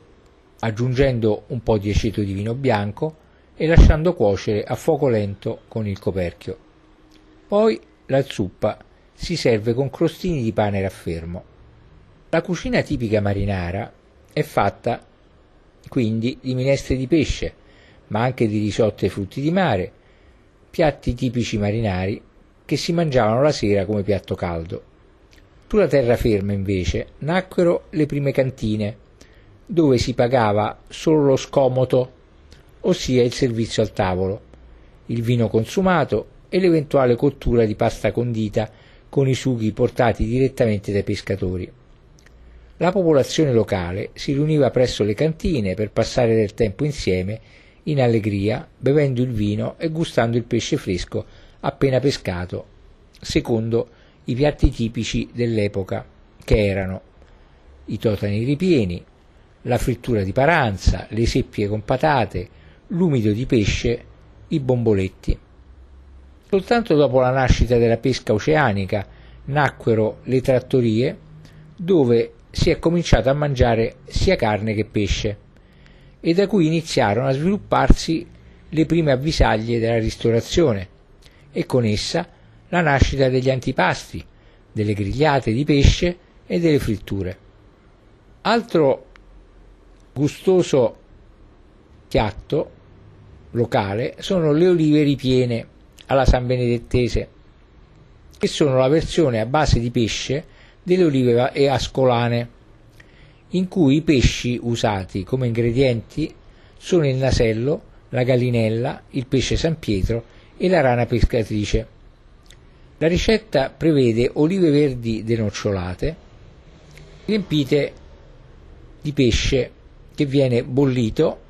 [SPEAKER 1] aggiungendo un po' di aceto di vino bianco e lasciando cuocere a fuoco lento con il coperchio. Poi la zuppa si serve con crostini di pane raffermo. La cucina tipica marinara è fatta quindi di minestre di pesce, ma anche di risotti ai frutti di mare, piatti tipici marinari che si mangiavano la sera come piatto caldo. Sulla terraferma invece nacquero le prime cantine, dove si pagava solo lo scomoto, ossia il servizio al tavolo, il vino consumato e l'eventuale cottura di pasta condita con i sughi portati direttamente dai pescatori. La popolazione locale si riuniva presso le cantine per passare del tempo insieme in allegria, bevendo il vino e gustando il pesce fresco appena pescato, secondo i piatti tipici dell'epoca, che erano i totani ripieni, la frittura di paranza, le seppie con patate, l'umido di pesce, i bomboletti. Soltanto dopo la nascita della pesca oceanica nacquero le trattorie, dove si è cominciato a mangiare sia carne che pesce, e da cui iniziarono a svilupparsi le prime avvisaglie della ristorazione e con essa la nascita degli antipasti, delle grigliate di pesce e delle fritture. Altro gustoso piatto locale sono le olive ripiene alla sanbenedettese, che sono la versione a base di pesce delle olive ascolane, in cui i pesci usati come ingredienti sono il nasello, la gallinella, il pesce San Pietro e la rana pescatrice. La ricetta prevede olive verdi denocciolate, riempite di pesce che viene bollito,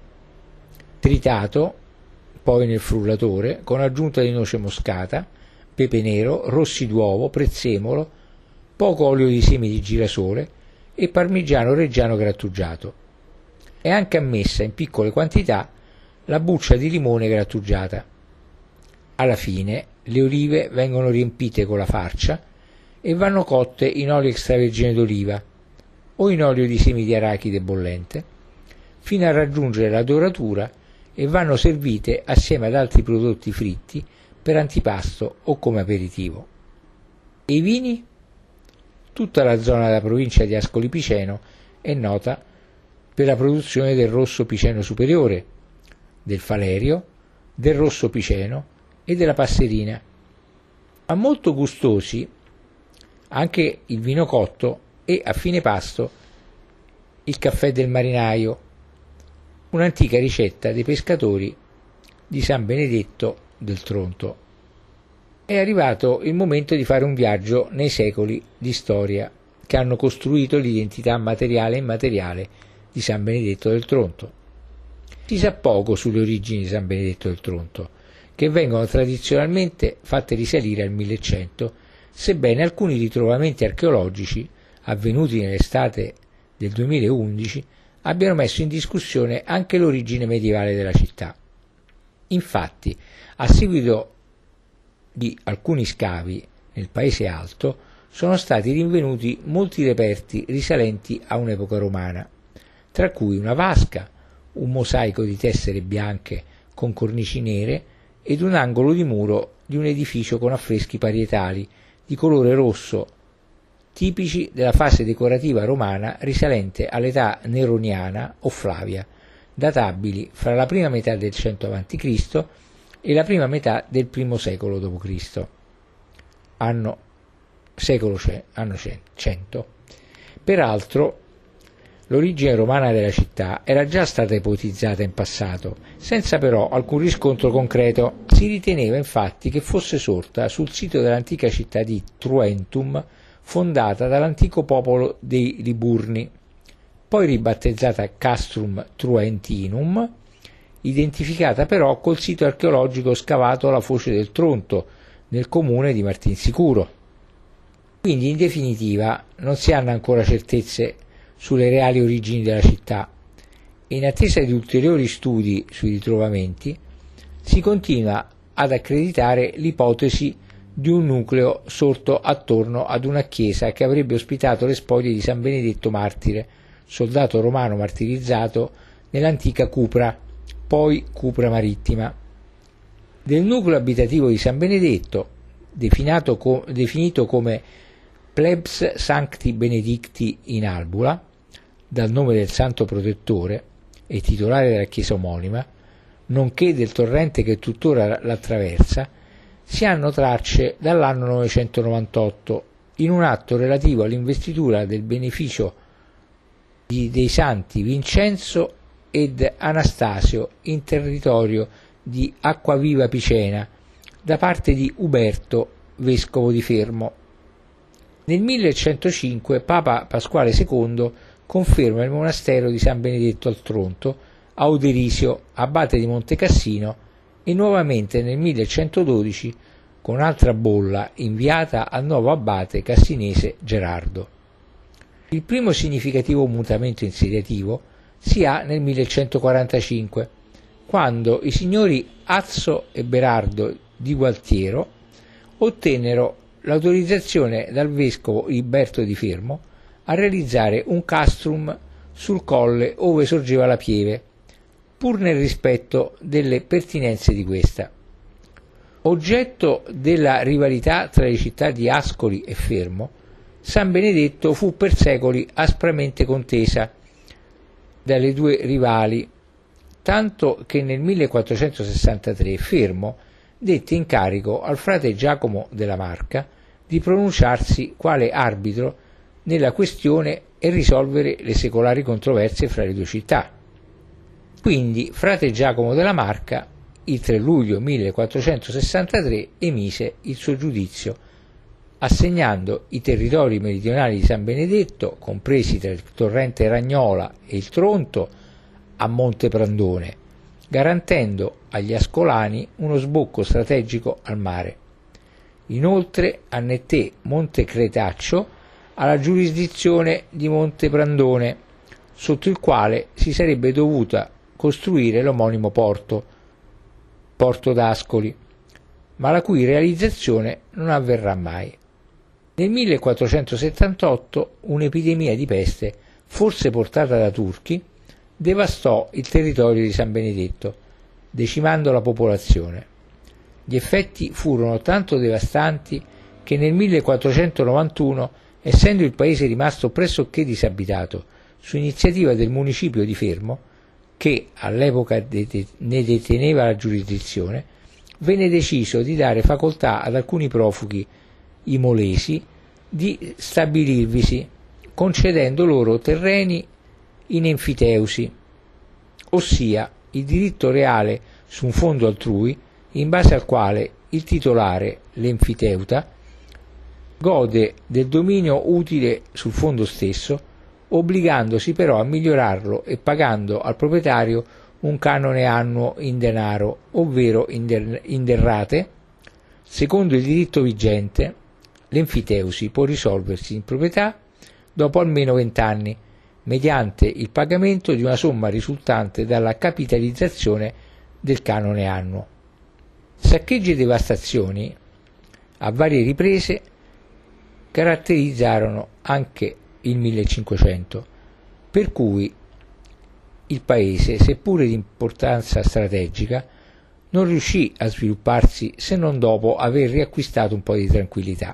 [SPEAKER 1] tritato, poi nel frullatore, con aggiunta di noce moscata, pepe nero, rossi d'uovo, prezzemolo, poco olio di semi di girasole e parmigiano reggiano grattugiato. È anche ammessa in piccole quantità la buccia di limone grattugiata. Alla fine le olive vengono riempite con la farcia e vanno cotte in olio extravergine d'oliva o in olio di semi di arachide bollente fino a raggiungere la doratura e vanno servite assieme ad altri prodotti fritti per antipasto o come aperitivo. E i vini? Tutta la zona della provincia di Ascoli Piceno è nota per la produzione del rosso piceno superiore, del falerio, del rosso piceno e della passerina. Ma molto gustosi anche il vino cotto e, a fine pasto, il caffè del marinaio, un'antica ricetta dei pescatori di San Benedetto del Tronto. È arrivato il momento di fare un viaggio nei secoli di storia che hanno costruito l'identità materiale e immateriale di San Benedetto del Tronto. Si sa poco sulle origini di San Benedetto del Tronto, che vengono tradizionalmente fatte risalire al 1100, sebbene alcuni ritrovamenti archeologici avvenuti nell'estate del 2011 abbiano messo in discussione anche l'origine medievale della città. Infatti, a seguito di alcuni scavi nel Paese Alto sono stati rinvenuti molti reperti risalenti a un'epoca romana, tra cui una vasca, un mosaico di tessere bianche con cornici nere ed un angolo di muro di un edificio con affreschi parietali di colore rosso, tipici della fase decorativa romana risalente all'età neroniana o Flavia, databili fra la prima metà del 100 a.C. e la prima metà del I secolo d.C., anno 100. Peraltro, l'origine romana della città era già stata ipotizzata in passato, senza però alcun riscontro concreto. Si riteneva infatti che fosse sorta sul sito dell'antica città di Truentum, fondata dall'antico popolo dei Liburni, poi ribattezzata Castrum Truentinum, identificata però col sito archeologico scavato alla foce del Tronto, nel comune di Martinsicuro. Quindi, in definitiva, non si hanno ancora certezze sulle reali origini della città e, in attesa di ulteriori studi sui ritrovamenti, si continua ad accreditare l'ipotesi di un nucleo sorto attorno ad una chiesa che avrebbe ospitato le spoglie di San Benedetto Martire, soldato romano martirizzato nell'antica Cupra, poi Cupra Marittima. Del nucleo abitativo di San Benedetto definito come Plebs Sancti Benedicti in Albula, dal nome del santo protettore e titolare della chiesa omonima, nonché del torrente che tuttora l'attraversa, si hanno tracce dall'anno 998 in un atto relativo all'investitura del beneficio dei santi Vincenzo ed Anastasio in territorio di Acquaviva Picena da parte di Uberto, vescovo di Fermo. Nel 1105 Papa Pasquale II conferma il monastero di San Benedetto al Tronto a Oderisio, abate di Montecassino, e nuovamente nel 1112 con altra bolla inviata al nuovo abate cassinese Gerardo. Il primo significativo mutamento insediativo si ha nel 1145, quando i signori Azzo e Berardo di Gualtiero ottennero l'autorizzazione dal vescovo Liberto di Fermo a realizzare un castrum sul colle ove sorgeva la pieve, pur nel rispetto delle pertinenze di questa. Oggetto della rivalità tra le città di Ascoli e Fermo, San Benedetto fu per secoli aspramente contesa dalle due rivali, tanto che nel 1463 Fermo dette incarico al frate Giacomo della Marca di pronunciarsi quale arbitro nella questione e risolvere le secolari controversie fra le due città. Quindi frate Giacomo della Marca il 3 luglio 1463 emise il suo giudizio, assegnando i territori meridionali di San Benedetto, compresi tra il torrente Ragnola e il Tronto, a Monte Prandone, garantendo agli ascolani uno sbocco strategico al mare. Inoltre annetté Monte Cretaccio alla giurisdizione di Monte Prandone, sotto il quale si sarebbe dovuta costruire l'omonimo porto d'Ascoli, ma la cui realizzazione non avverrà mai. Nel 1478 un'epidemia di peste, forse portata da turchi, devastò il territorio di San Benedetto, decimando la popolazione. Gli effetti furono tanto devastanti che nel 1491, essendo il paese rimasto pressoché disabitato, su iniziativa del municipio di Fermo, che all'epoca ne deteneva la giurisdizione, venne deciso di dare facoltà ad alcuni profughi imolesi di stabilirvisi, concedendo loro terreni in enfiteusi, ossia il diritto reale su un fondo altrui, in base al quale il titolare, l'enfiteuta, gode del dominio utile sul fondo stesso, obbligandosi però a migliorarlo e pagando al proprietario un canone annuo in denaro, ovvero in derrate. Secondo il diritto vigente, l'enfiteusi può risolversi in proprietà dopo almeno 20 anni, mediante il pagamento di una somma risultante dalla capitalizzazione del canone annuo. Saccheggi e devastazioni a varie riprese caratterizzarono anche il 1500, per cui il paese, seppure di importanza strategica, non riuscì a svilupparsi se non dopo aver riacquistato un po' di tranquillità.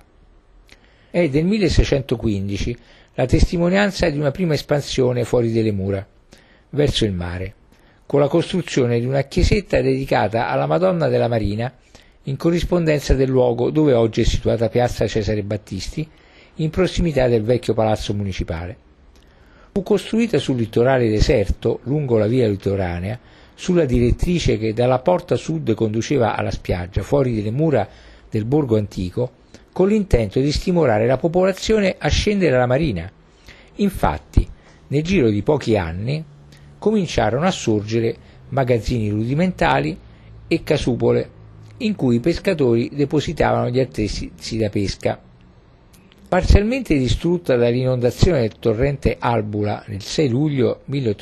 [SPEAKER 1] È del 1615 la testimonianza di una prima espansione fuori delle mura, verso il mare, con la costruzione di una chiesetta dedicata alla Madonna della Marina, in corrispondenza del luogo dove oggi è situata piazza Cesare Battisti, in prossimità del vecchio palazzo municipale. Fu costruita sul litorale deserto, lungo la via litoranea, sulla direttrice che dalla porta sud conduceva alla spiaggia, fuori delle mura del borgo antico, con l'intento di stimolare la popolazione a scendere alla marina. Infatti, nel giro di pochi anni, cominciarono a sorgere magazzini rudimentali e casupole, in cui i pescatori depositavano gli attrezzi da pesca. Parzialmente distrutta dall'inondazione del torrente Albula nel 6 luglio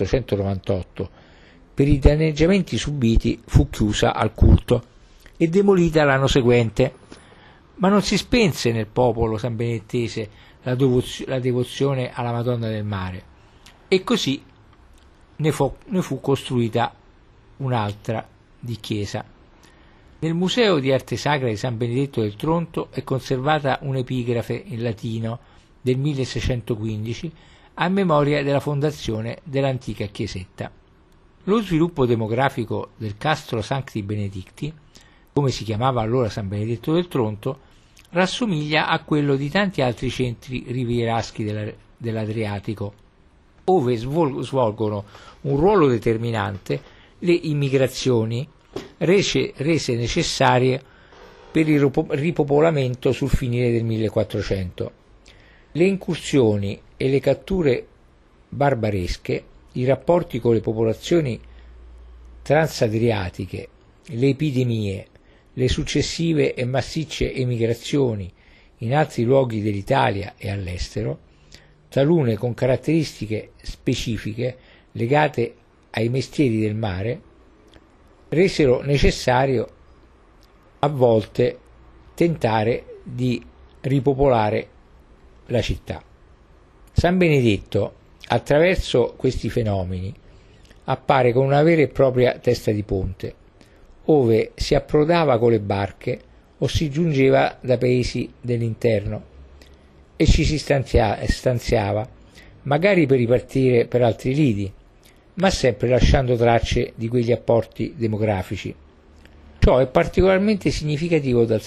[SPEAKER 1] 1898, per i danneggiamenti subiti fu chiusa al culto e demolita l'anno seguente, ma non si spense nel popolo sanbenettese la devozione alla Madonna del Mare, e così ne fu costruita un'altra di chiesa. Nel Museo di Arte Sacra di San Benedetto del Tronto è conservata un'epigrafe in latino del 1615 a memoria della fondazione dell'antica chiesetta. Lo sviluppo demografico del Castro Sancti Benedicti, come si chiamava allora San Benedetto del Tronto, rassomiglia a quello di tanti altri centri rivieraschi dell'Adriatico, ove svolgono un ruolo determinante le immigrazioni rese necessarie per il ripopolamento sul finire del 1400. Le incursioni e le catture barbaresche, i rapporti con le popolazioni transadriatiche, le epidemie, le successive e massicce emigrazioni in altri luoghi dell'Italia e all'estero, talune con caratteristiche specifiche legate ai mestieri del mare, resero necessario a volte tentare di ripopolare la città. San Benedetto, attraverso questi fenomeni, appare con una vera e propria testa di ponte, ove si approdava con le barche o si giungeva da paesi dell'interno e ci si stanziava, magari per ripartire per altri lidi, ma sempre lasciando tracce di quegli apporti demografici. Ciò è particolarmente significativo dal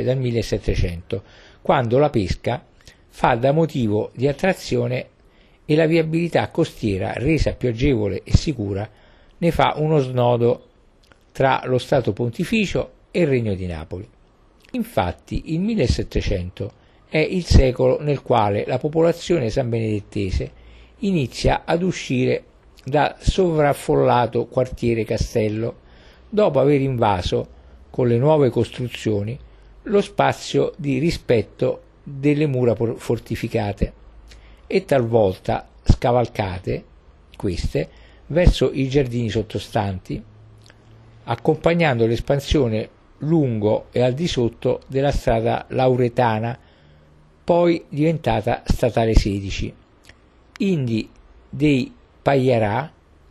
[SPEAKER 1] 1700, quando la pesca fa da motivo di attrazione e la viabilità costiera, resa più agevole e sicura, ne fa uno snodo tra lo Stato Pontificio e il Regno di Napoli. Infatti il 1700 è il secolo nel quale la popolazione sanbenedettese inizia ad uscire dal sovraffollato quartiere Castello, dopo aver invaso, con le nuove costruzioni, lo spazio di rispetto delle mura fortificate e talvolta scavalcate queste verso i giardini sottostanti, accompagnando l'espansione lungo e al di sotto della strada Lauretana, poi diventata statale 16, indi dei Pagliarà,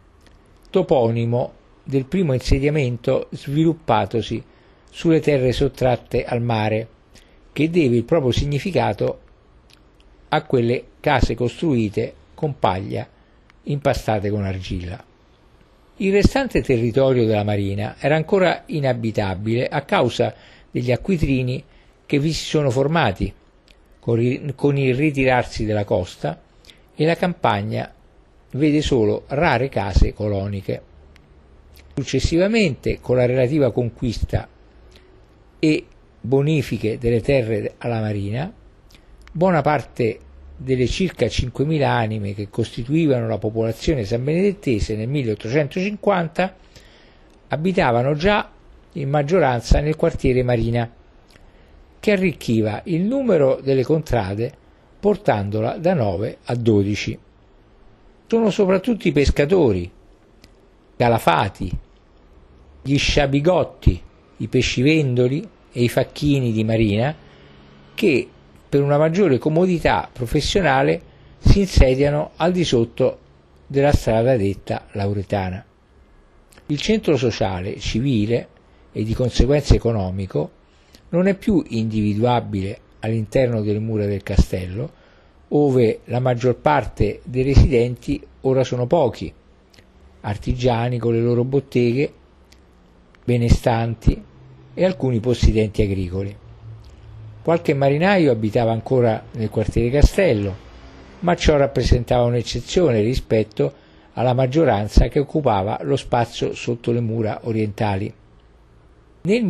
[SPEAKER 1] toponimo del primo insediamento sviluppatosi sulle terre sottratte al mare, che deve il proprio significato a quelle case costruite con paglia impastate con argilla. Il restante territorio della marina era ancora inabitabile a causa degli acquitrini che vi si sono formati con il ritirarsi della costa, e la campagna vede solo rare case coloniche. Successivamente, con la relativa conquista e bonifiche delle terre alla marina, buona parte delle circa 5.000 anime che costituivano la popolazione sanbenedettese nel 1850 abitavano già in maggioranza nel quartiere Marina, che arricchiva il numero delle contrade portandola da 9 a 12. Sono soprattutto i pescatori, calafati, gli sciabigotti, i pescivendoli e i facchini di marina che, per una maggiore comodità professionale, si insediano al di sotto della strada detta Lauretana. Il centro sociale, civile e di conseguenza economico non è più individuabile all'interno delle mura del castello, ove la maggior parte dei residenti ora sono pochi, artigiani con le loro botteghe, benestanti e alcuni possidenti agricoli. Qualche marinaio abitava ancora nel quartiere Castello, ma ciò rappresentava un'eccezione rispetto alla maggioranza che occupava lo spazio sotto le mura orientali. Nel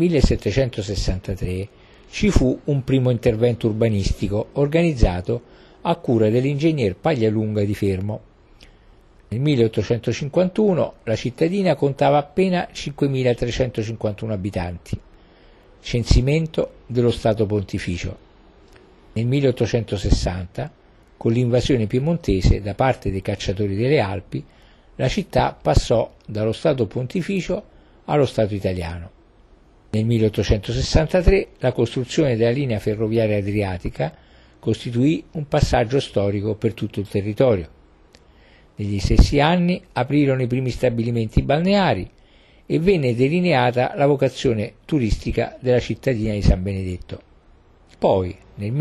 [SPEAKER 1] 1763 ci fu un primo intervento urbanistico organizzato a cura dell'ingegner Paglialunga di Fermo. Nel 1851 la cittadina contava appena 5.351 abitanti, censimento dello Stato Pontificio. Nel 1860, con l'invasione piemontese da parte dei cacciatori delle Alpi, la città passò dallo Stato Pontificio allo Stato italiano. Nel 1863 la costruzione della linea ferroviaria adriatica costituì un passaggio storico per tutto il territorio. Negli stessi anni aprirono i primi stabilimenti balneari e venne delineata la vocazione turistica della cittadina di San Benedetto. Poi, nel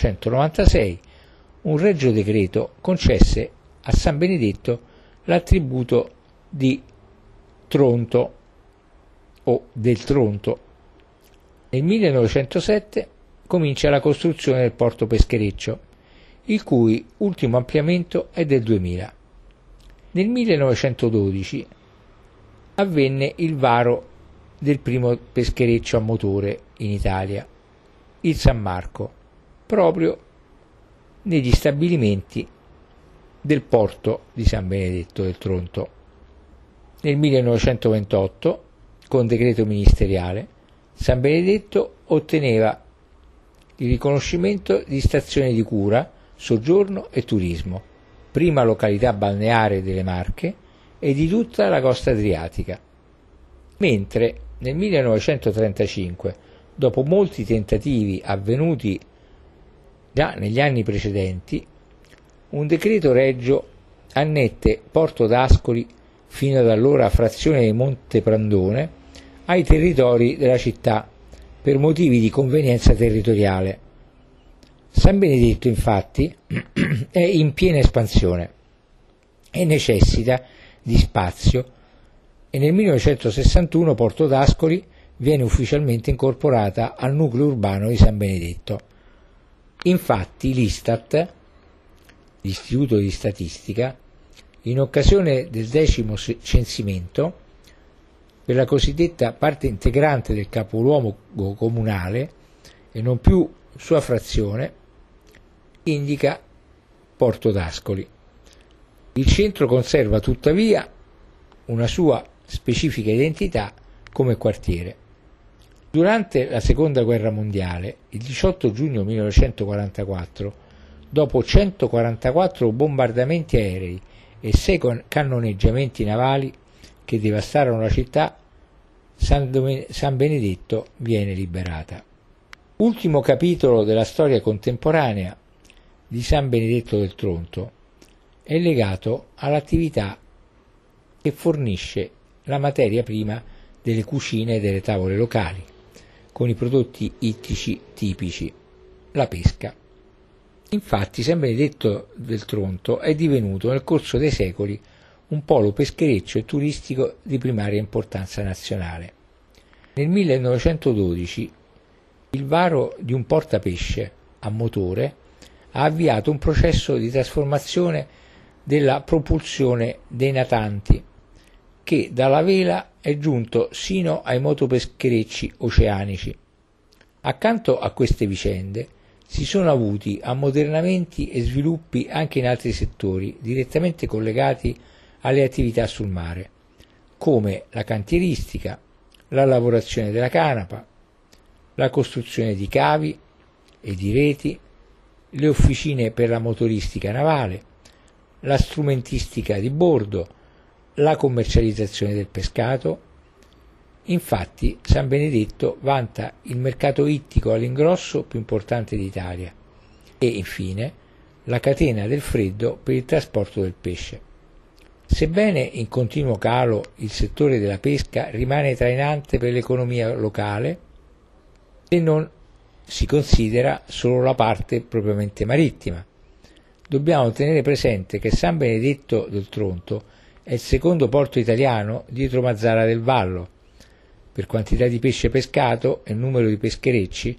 [SPEAKER 1] 1896, un regio decreto concesse a San Benedetto l'attributo di Tronto o del Tronto. Nel 1907 comincia la costruzione del porto peschereccio, il cui ultimo ampliamento è del 2000. Nel 1912 avvenne il varo del primo peschereccio a motore in Italia, il San Marco, proprio negli stabilimenti del porto di San Benedetto del Tronto. Nel 1928, con decreto ministeriale, San Benedetto otteneva il riconoscimento di stazione di cura, soggiorno e turismo, prima località balneare delle Marche e di tutta la costa adriatica. Mentre nel 1935, dopo molti tentativi avvenuti già negli anni precedenti, un decreto regio annette Porto d'Ascoli, fino ad allora frazione di Monte Prandone, ai territori della città per motivi di convenienza territoriale. San Benedetto, infatti, è in piena espansione e necessita di spazio, e nel 1961 Porto d'Ascoli viene ufficialmente incorporata al nucleo urbano di San Benedetto. Infatti l'Istat, l'Istituto di Statistica, in occasione del 10° censimento, per la cosiddetta parte integrante del capoluogo comunale e non più sua frazione, indica Porto d'Ascoli. Il centro conserva tuttavia una sua specifica identità come quartiere. Durante la Seconda Guerra Mondiale, il 18 giugno 1944, dopo 144 bombardamenti aerei e 6 cannoneggiamenti navali che devastarono la città, San Benedetto viene liberata. Ultimo capitolo della storia contemporanea di San Benedetto del Tronto è legato all'attività che fornisce la materia prima delle cucine e delle tavole locali, con i prodotti ittici tipici, la pesca. Infatti San Benedetto del Tronto è divenuto nel corso dei secoli un polo peschereccio e turistico di primaria importanza nazionale. Nel 1912 il varo di un portapesce a motore ha avviato un processo di trasformazione della propulsione dei natanti, che dalla vela è giunto sino ai motopescherecci oceanici. Accanto a queste vicende si sono avuti ammodernamenti e sviluppi anche in altri settori direttamente collegati alle attività sul mare, come la cantieristica, la lavorazione della canapa, la costruzione di cavi e di reti, le officine per la motoristica navale, la strumentistica di bordo, la commercializzazione del pescato. Infatti San Benedetto vanta il mercato ittico all'ingrosso più importante d'Italia e, infine, la catena del freddo per il trasporto del pesce. Sebbene in continuo calo, il settore della pesca rimane trainante per l'economia locale se non si considera solo la parte propriamente marittima. Dobbiamo tenere presente che San Benedetto del Tronto è il secondo porto italiano dietro Mazara del Vallo, per quantità di pesce pescato e numero di pescherecci,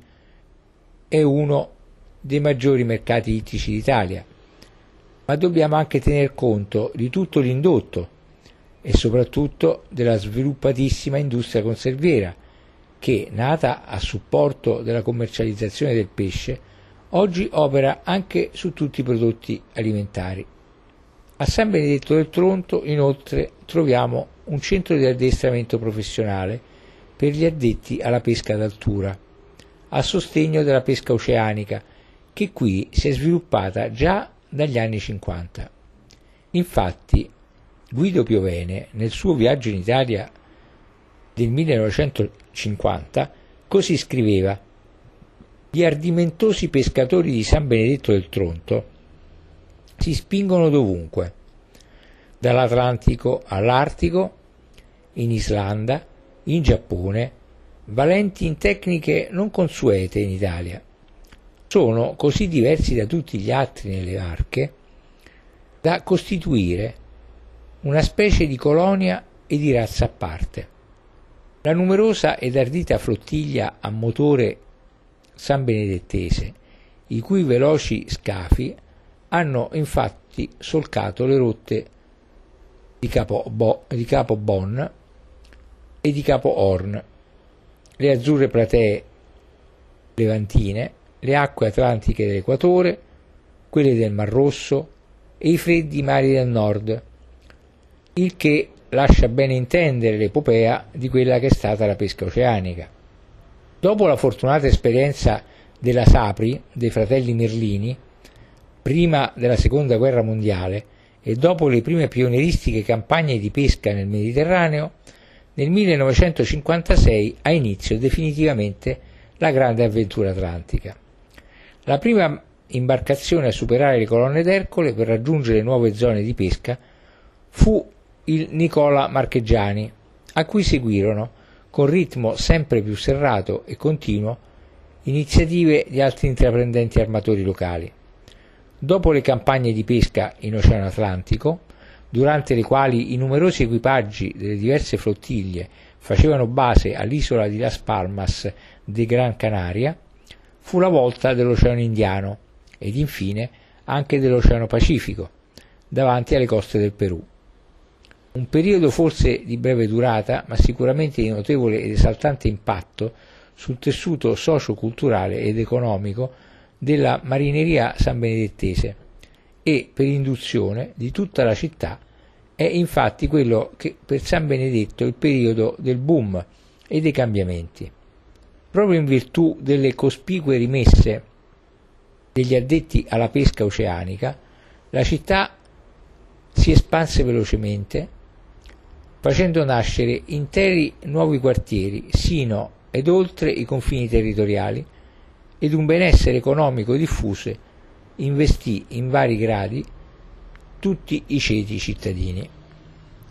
[SPEAKER 1] è uno dei maggiori mercati ittici d'Italia, ma dobbiamo anche tener conto di tutto l'indotto e soprattutto della sviluppatissima industria conserviera che, nata a supporto della commercializzazione del pesce, oggi opera anche su tutti i prodotti alimentari. A San Benedetto del Tronto, inoltre, troviamo un centro di addestramento professionale per gli addetti alla pesca d'altura, a sostegno della pesca oceanica, che qui si è sviluppata già dagli anni 50. Infatti, Guido Piovene, nel suo viaggio in Italia del 1950, così scriveva: gli ardimentosi pescatori di San Benedetto del Tronto si spingono dovunque, dall'Atlantico all'Artico, in Islanda, in Giappone, valenti in tecniche non consuete in Italia. Sono così diversi da tutti gli altri nelle Marche da costituire una specie di colonia e di razza a parte. La numerosa ed ardita flottiglia a motore sanbenedettese, i cui veloci scafi hanno infatti solcato le rotte di Capo Bon e di Capo Horn, le azzurre platee levantine, le acque atlantiche dell'equatore, quelle del Mar Rosso e i freddi mari del nord, il che lascia bene intendere l'epopea di quella che è stata la pesca oceanica. Dopo la fortunata esperienza della Sapri, dei fratelli Merlini, prima della seconda guerra mondiale e dopo le prime pionieristiche campagne di pesca nel Mediterraneo, nel 1956 ha inizio definitivamente la grande avventura atlantica. La prima imbarcazione a superare le colonne d'Ercole per raggiungere nuove zone di pesca fu il Nicola Marchegiani, a cui seguirono, con ritmo sempre più serrato e continuo, iniziative di altri intraprendenti armatori locali. Dopo le campagne di pesca in Oceano Atlantico, durante le quali i numerosi equipaggi delle diverse flottiglie facevano base all'isola di Las Palmas de Gran Canaria, fu la volta dell'Oceano Indiano ed infine anche dell'Oceano Pacifico, davanti alle coste del Perù. Un periodo forse di breve durata, ma sicuramente di notevole ed esaltante impatto sul tessuto socio-culturale ed economico della marineria sanbenedettese e, per induzione, di tutta la città, è infatti quello che per San Benedetto è il periodo del boom e dei cambiamenti. Proprio in virtù delle cospicue rimesse degli addetti alla pesca oceanica, la città si espanse velocemente, facendo nascere interi nuovi quartieri sino ed oltre i confini territoriali, ed un benessere economico diffuso investì in vari gradi tutti i ceti cittadini.